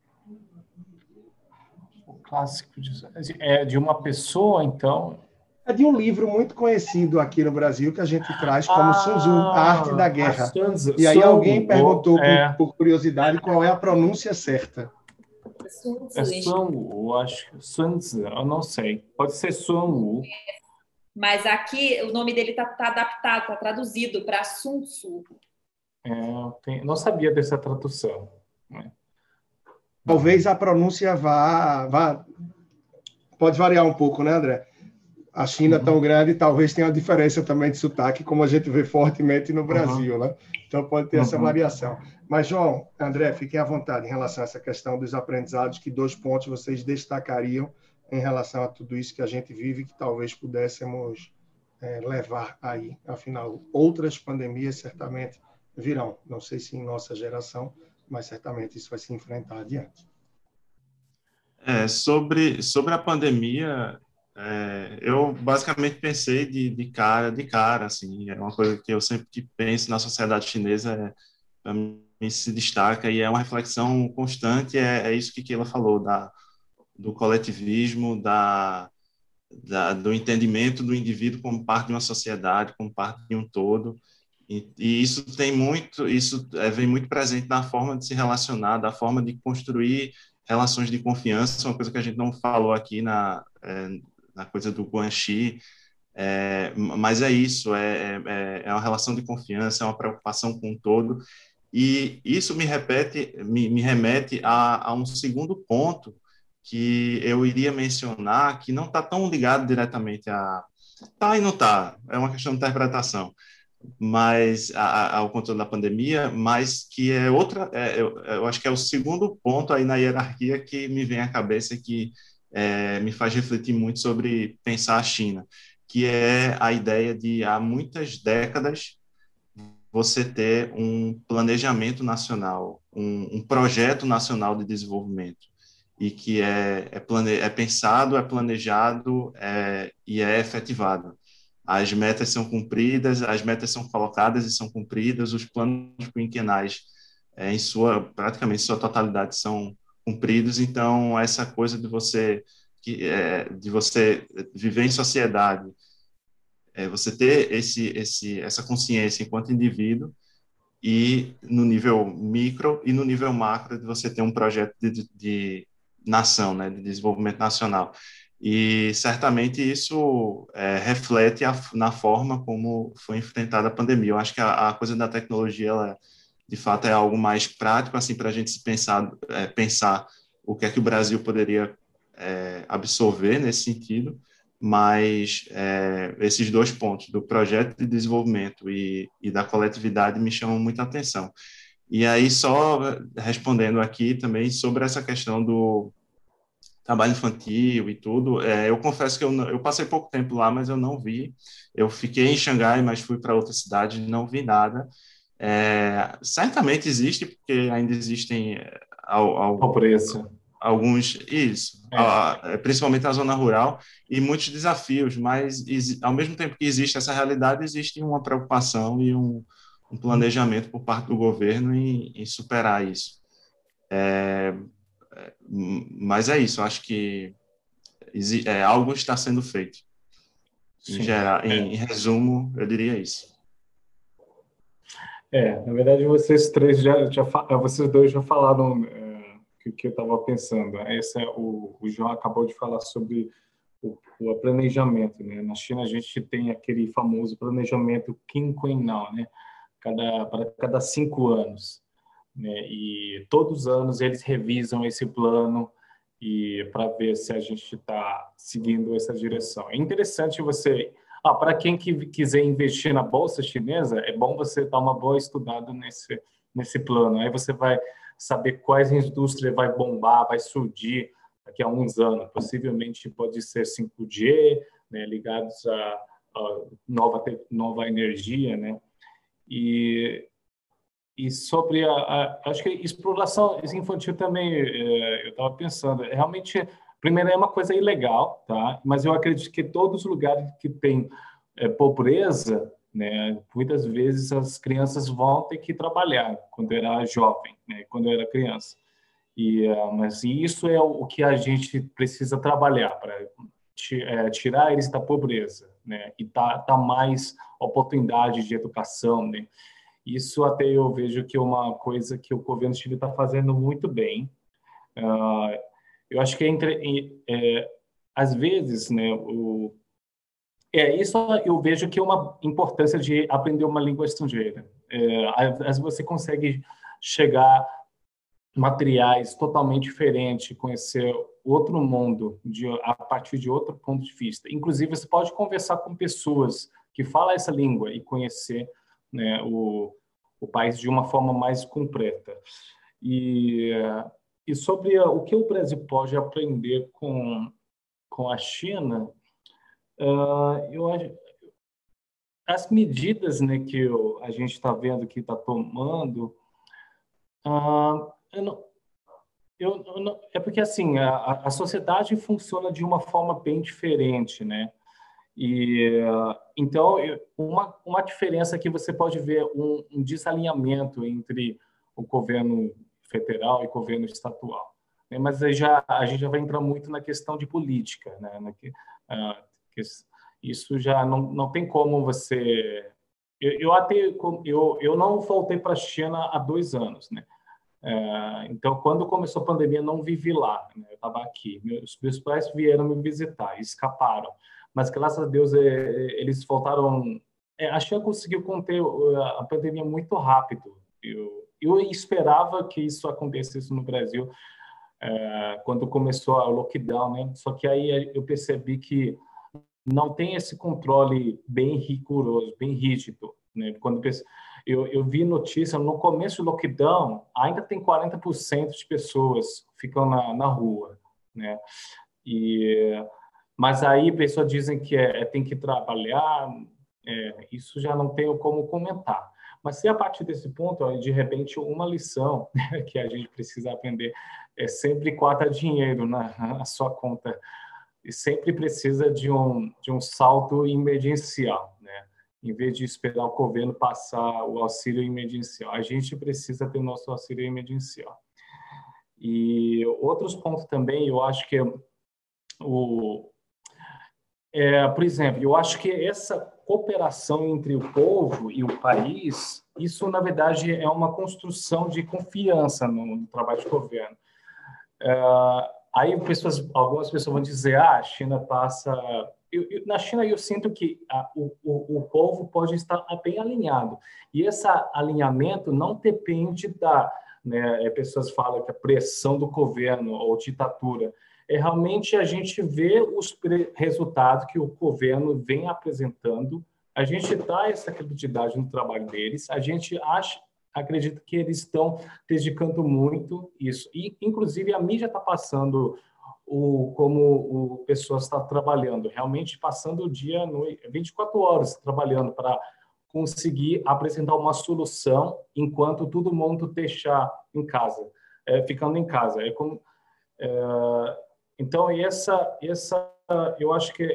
O clássico é de uma pessoa, então. É de um livro muito conhecido aqui no Brasil que a gente traz como Sun Tzu, A Arte da Guerra. E aí alguém perguntou por curiosidade qual é a pronúncia certa. É Sun Wu, acho que Sun Tzu, eu não sei. Pode ser Sun Wu. Mas aqui o nome dele está adaptado, está traduzido para Sun Tzu. Não sabia dessa tradução. Né? Talvez a pronúncia pode variar um pouco, né, André? A China é tão grande, talvez tenha uma diferença também de sotaque, como a gente vê fortemente no Brasil, né? Então pode ter essa variação. Mas, João, André, fiquem à vontade em relação a essa questão dos aprendizados, que 2 pontos vocês destacariam em relação a tudo isso que a gente vive, que talvez pudéssemos levar aí. Afinal, outras pandemias certamente virão. Não sei se em nossa geração, mas certamente isso vai se enfrentar adiante. Sobre a pandemia, eu basicamente pensei de cara, assim, é uma coisa que eu sempre que penso na sociedade chinesa, para mim se destaca e é uma reflexão constante, é isso que Keila falou, do coletivismo, do entendimento do indivíduo como parte de uma sociedade, como parte de um todo, e isso vem muito presente na forma de se relacionar, da forma de construir relações de confiança, uma coisa que a gente não falou aqui na coisa do Guanxi, mas é isso, é uma relação de confiança, é uma preocupação com o todo, e isso me remete a um segundo ponto que eu iria mencionar, que não está tão ligado diretamente a... Tá e não tá, é uma questão de interpretação, mas ao controle da pandemia, mas que é outra, eu acho que é o segundo ponto aí na hierarquia que me vem à cabeça e que me faz refletir muito sobre pensar a China, que é a ideia de há muitas décadas você ter um planejamento nacional, um projeto nacional de desenvolvimento e que é pensado, é planejado e é efetivado. As metas são cumpridas, as metas são colocadas e são cumpridas, os planos quinquenais, praticamente sua totalidade, são cumpridos. Então, essa coisa de você viver em sociedade, você ter essa consciência enquanto indivíduo e no nível micro e no nível macro de você ter um projeto de nação, né, de desenvolvimento nacional. E certamente isso reflete na forma como foi enfrentada a pandemia. Eu acho que a coisa da tecnologia, ela, de fato, é algo mais prático assim para a gente se pensar o que é que o Brasil poderia absorver nesse sentido, mas esses dois pontos, do projeto de desenvolvimento e da coletividade, me chamam muita atenção. E aí, só respondendo aqui também sobre essa questão do trabalho infantil e tudo, eu confesso que eu passei pouco tempo lá, mas eu não vi. Eu fiquei em Xangai, mas fui para outra cidade, não vi nada. Certamente existe, porque ainda existem Pobreza. alguns, isso, principalmente na zona rural, e muitos desafios, mas ao mesmo tempo que existe essa realidade, existe uma preocupação e um planejamento por parte do governo em superar isso. Mas é isso, acho que algo está sendo feito. Em Sim. geral, em resumo, eu diria isso. Na verdade, vocês vocês dois já falaram o que eu estava pensando. O João acabou de falar sobre o planejamento, né? Na China a gente tem aquele famoso planejamento quinquenal, né? Para cada 5 anos, né? E todos os anos eles revisam esse plano e para ver se a gente está seguindo essa direção. É interessante você, para quem quiser investir na bolsa chinesa, é bom você dar uma boa estudada nesse plano. Aí você vai saber quais indústrias vai bombar, vai surgir daqui a uns anos. Possivelmente pode ser 5G, né, ligados a nova energia, né? E sobre acho que exploração infantil também, eu estava pensando, realmente, primeiro é uma coisa ilegal, tá? Mas eu acredito que todos os lugares que tem pobreza, né, muitas vezes as crianças vão ter que trabalhar quando era jovem, né, quando era criança. Mas isso é o que a gente precisa trabalhar para tirar eles da pobreza, né, e dar mais oportunidade de educação, né? Isso até eu vejo que é uma coisa que o governo chinês está fazendo muito bem. Eu acho que às vezes, né, isso eu vejo que é uma importância de aprender uma língua estrangeira. Às vezes você consegue chegar materiais totalmente diferentes, conhecer outro mundo a partir de outro ponto de vista. Inclusive, você pode conversar com pessoas que falam essa língua e conhecer, né, o país de uma forma mais completa. E sobre o que o Brasil pode aprender com a China, eu acho, as medidas, né, que a gente está vendo que está tomando, eu não, é porque assim a sociedade funciona de uma forma bem diferente, né? E então uma diferença que você pode ver um desalinhamento entre o governo federal e o governo estadual, né? Mas aí a gente já vai entrar muito na questão de política, né? Que isso já não tem como você eu não voltei para a China há 2 anos, né? Então, quando começou a pandemia, eu não vivi lá, né? Eu estava aqui. Meus pais vieram me visitar, escaparam. Mas, graças a Deus, eles voltaram. A China conseguiu conter a pandemia muito rápido. Eu esperava que isso acontecesse no Brasil quando começou o lockdown, né? Só que aí eu percebi que não tem esse controle bem rigoroso, bem rígido, né? Quando eu vi notícia, no começo do lockdown, ainda tem 40% de pessoas ficam na rua, né? Mas aí pessoas dizem que tem que trabalhar, isso já não tenho como comentar. Mas se a partir desse ponto, de repente, uma lição que a gente precisa aprender é sempre guarda dinheiro na sua conta e sempre precisa de um salto emergencial, né? Em vez de esperar o governo passar o auxílio emergencial, a gente precisa ter nosso auxílio emergencial. E outros pontos também, eu acho que por exemplo, eu acho que essa cooperação entre o povo e o país, isso na verdade é uma construção de confiança no trabalho de governo. Aí algumas pessoas vão dizer, a China passa... na China eu sinto que o povo pode estar bem alinhado. E esse alinhamento não depende né, pessoas falam que a pressão do governo ou ditadura. Realmente a gente vê os resultados que o governo vem apresentando, a gente dá essa credibilidade no trabalho deles, a gente acredita que eles estão dedicando muito isso. E, inclusive, a mídia está passando como o pessoal está trabalhando, realmente passando o dia, 24 horas trabalhando para conseguir apresentar uma solução enquanto todo mundo deixar em casa, ficando em casa. Então, eu acho que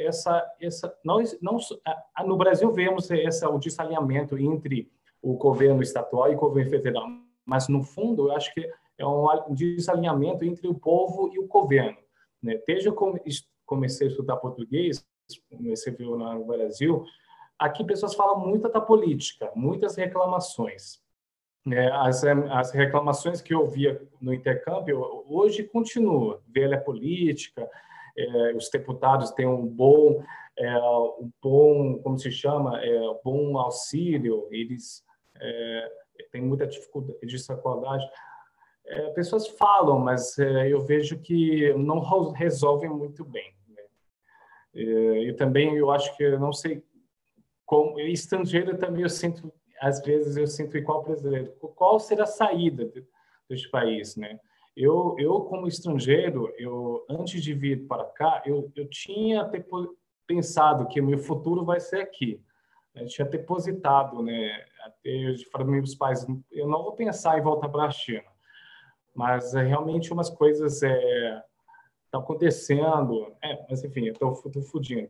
no Brasil vemos o desalinhamento entre o governo estadual e o governo federal, mas no fundo eu acho que é um desalinhamento entre o povo e o governo, né? Desde que eu comecei a estudar português, comecei a ver no Brasil, aqui pessoas falam muito da política, muitas reclamações. As reclamações que eu via no intercâmbio hoje continua. Velha política, os deputados têm um bom, como se chama, bom auxílio, eles têm muita dificuldade. Pessoas falam, mas eu vejo que não resolvem muito bem, né? Eu também, eu acho que, eu não sei, como estrangeiro também eu sinto, às vezes eu sinto igual brasileiro. Qual será a saída deste país, né? Eu como estrangeiro, antes de vir para cá, eu tinha pensado que o meu futuro vai ser aqui. Eu tinha depositado, né? Até eu falei para meus pais, eu não vou pensar em voltar para a China. Mas realmente umas coisas estão acontecendo. Mas enfim, eu estou fugindo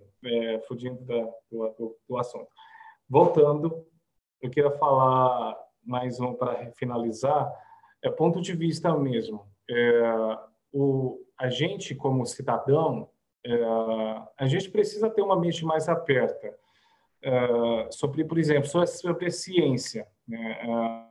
do assunto. Voltando, eu queria falar mais para finalizar, ponto de vista mesmo. A gente, como cidadão, a gente precisa ter uma mente mais aberta sobre, por exemplo, sobre ciência, né?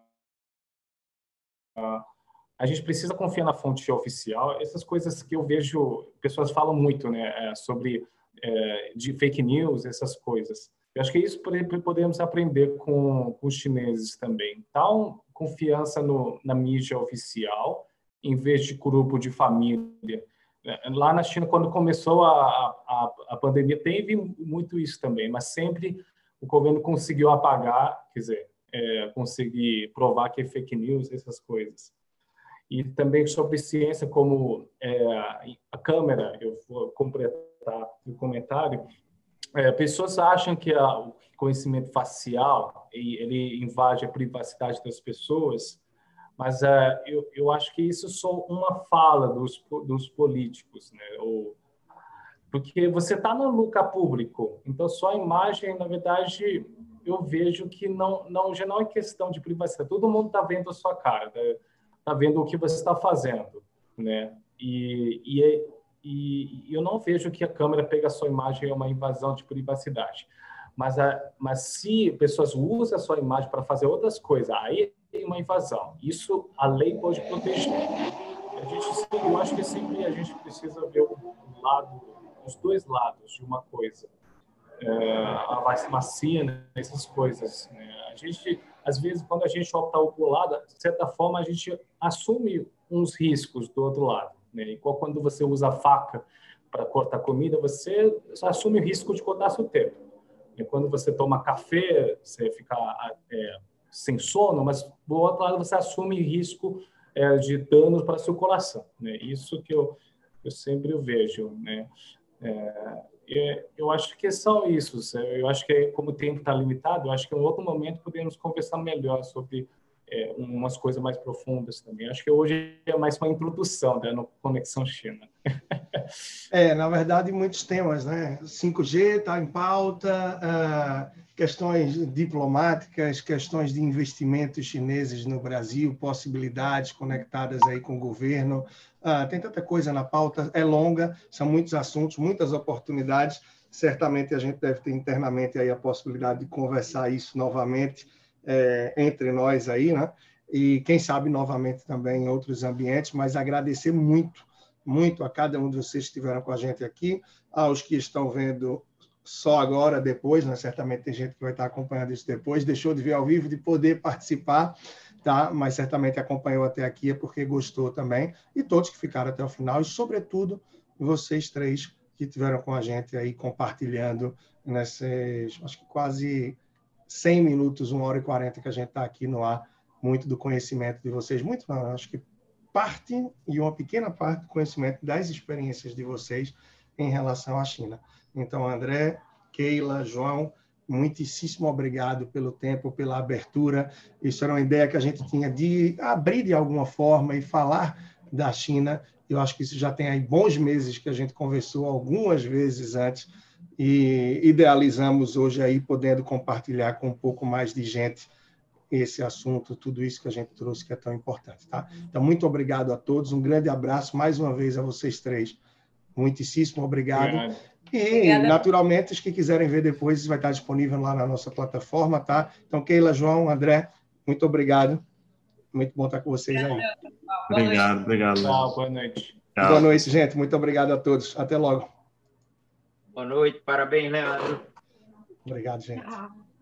A gente precisa confiar na fonte oficial. Essas coisas que eu vejo, pessoas falam muito, né, sobre de fake news, essas coisas. Eu acho que isso podemos aprender com os chineses também. Então, confiança na mídia oficial, em vez de grupo de família. Lá na China, quando começou a pandemia, teve muito isso também, mas sempre o governo conseguiu apagar, quer dizer, conseguir provar que é fake news, essas coisas. E também sobre ciência, como a câmera, eu vou completar o comentário, Pessoas acham que o conhecimento facial ele invade a privacidade das pessoas, mas eu acho que isso é só uma fala dos políticos, né? Porque você está no lugar público, então sua imagem, na verdade, eu vejo que já não é questão de privacidade. Todo mundo está vendo a sua cara, está vendo o que você está fazendo, né? E eu não vejo que a câmera pega a sua imagem é uma invasão de privacidade. Mas se pessoas usam a sua imagem para fazer outras coisas, aí é uma invasão. Isso a lei pode proteger. Eu acho que sempre a gente precisa ver os dois lados de uma coisa. A vacina, essas coisas, né? A gente, às vezes, quando a gente opta por lado, de certa forma, a gente assume uns riscos do outro lado, né? Igual quando você usa a faca para cortar comida, você assume o risco de cortar seu tempo. E quando você toma café, você fica sem sono, mas do outro lado você assume risco de danos para seu coração, né? Isso que eu sempre vejo, né? Eu acho que são isso. Eu acho que, como o tempo está limitado, eu acho que em outro momento podemos conversar melhor sobre umas coisas mais profundas também. Acho que hoje é mais uma introdução, né, no Conexão China. Na verdade, muitos temas, né? 5G está em pauta, questões diplomáticas, questões de investimentos chineses no Brasil, possibilidades conectadas aí com o governo. Tem tanta coisa na pauta, é longa, são muitos assuntos, muitas oportunidades. Certamente a gente deve ter internamente aí a possibilidade de conversar isso novamente entre nós aí, né? E quem sabe novamente também em outros ambientes, mas agradecer muito a cada um de vocês que estiveram com a gente aqui, aos que estão vendo só agora, depois, né? Certamente tem gente que vai estar acompanhando isso depois, deixou de ver ao vivo, de poder participar, tá? Mas certamente acompanhou até aqui é porque gostou também, e todos que ficaram até o final, e sobretudo vocês três que estiveram com a gente aí compartilhando nesses, acho que quase 100 minutos, 1h40 que a gente está aqui no ar, muito do conhecimento de vocês, muito não, acho que parte e uma pequena parte do conhecimento das experiências de vocês em relação à China. Então, André, Keila, João, muitíssimo obrigado pelo tempo, pela abertura. Isso era uma ideia que a gente tinha de abrir de alguma forma e falar da China. Eu acho que isso já tem aí bons meses que a gente conversou algumas vezes antes e idealizamos hoje aí podendo compartilhar com um pouco mais de gente esse assunto, tudo isso que a gente trouxe que é tão importante, tá? Então, muito obrigado a todos, um grande abraço mais uma vez a vocês três. Muitíssimo obrigado. Obrigada. Naturalmente, os que quiserem ver depois, vai estar disponível lá na nossa plataforma, tá? Então, Keila, João, André, muito obrigado. Muito bom estar com vocês aí. Obrigado. Tchau, boa noite. Tchau. Boa noite, gente. Muito obrigado a todos. Até logo. Boa noite, parabéns, Leandro. Obrigado, gente. Tchau.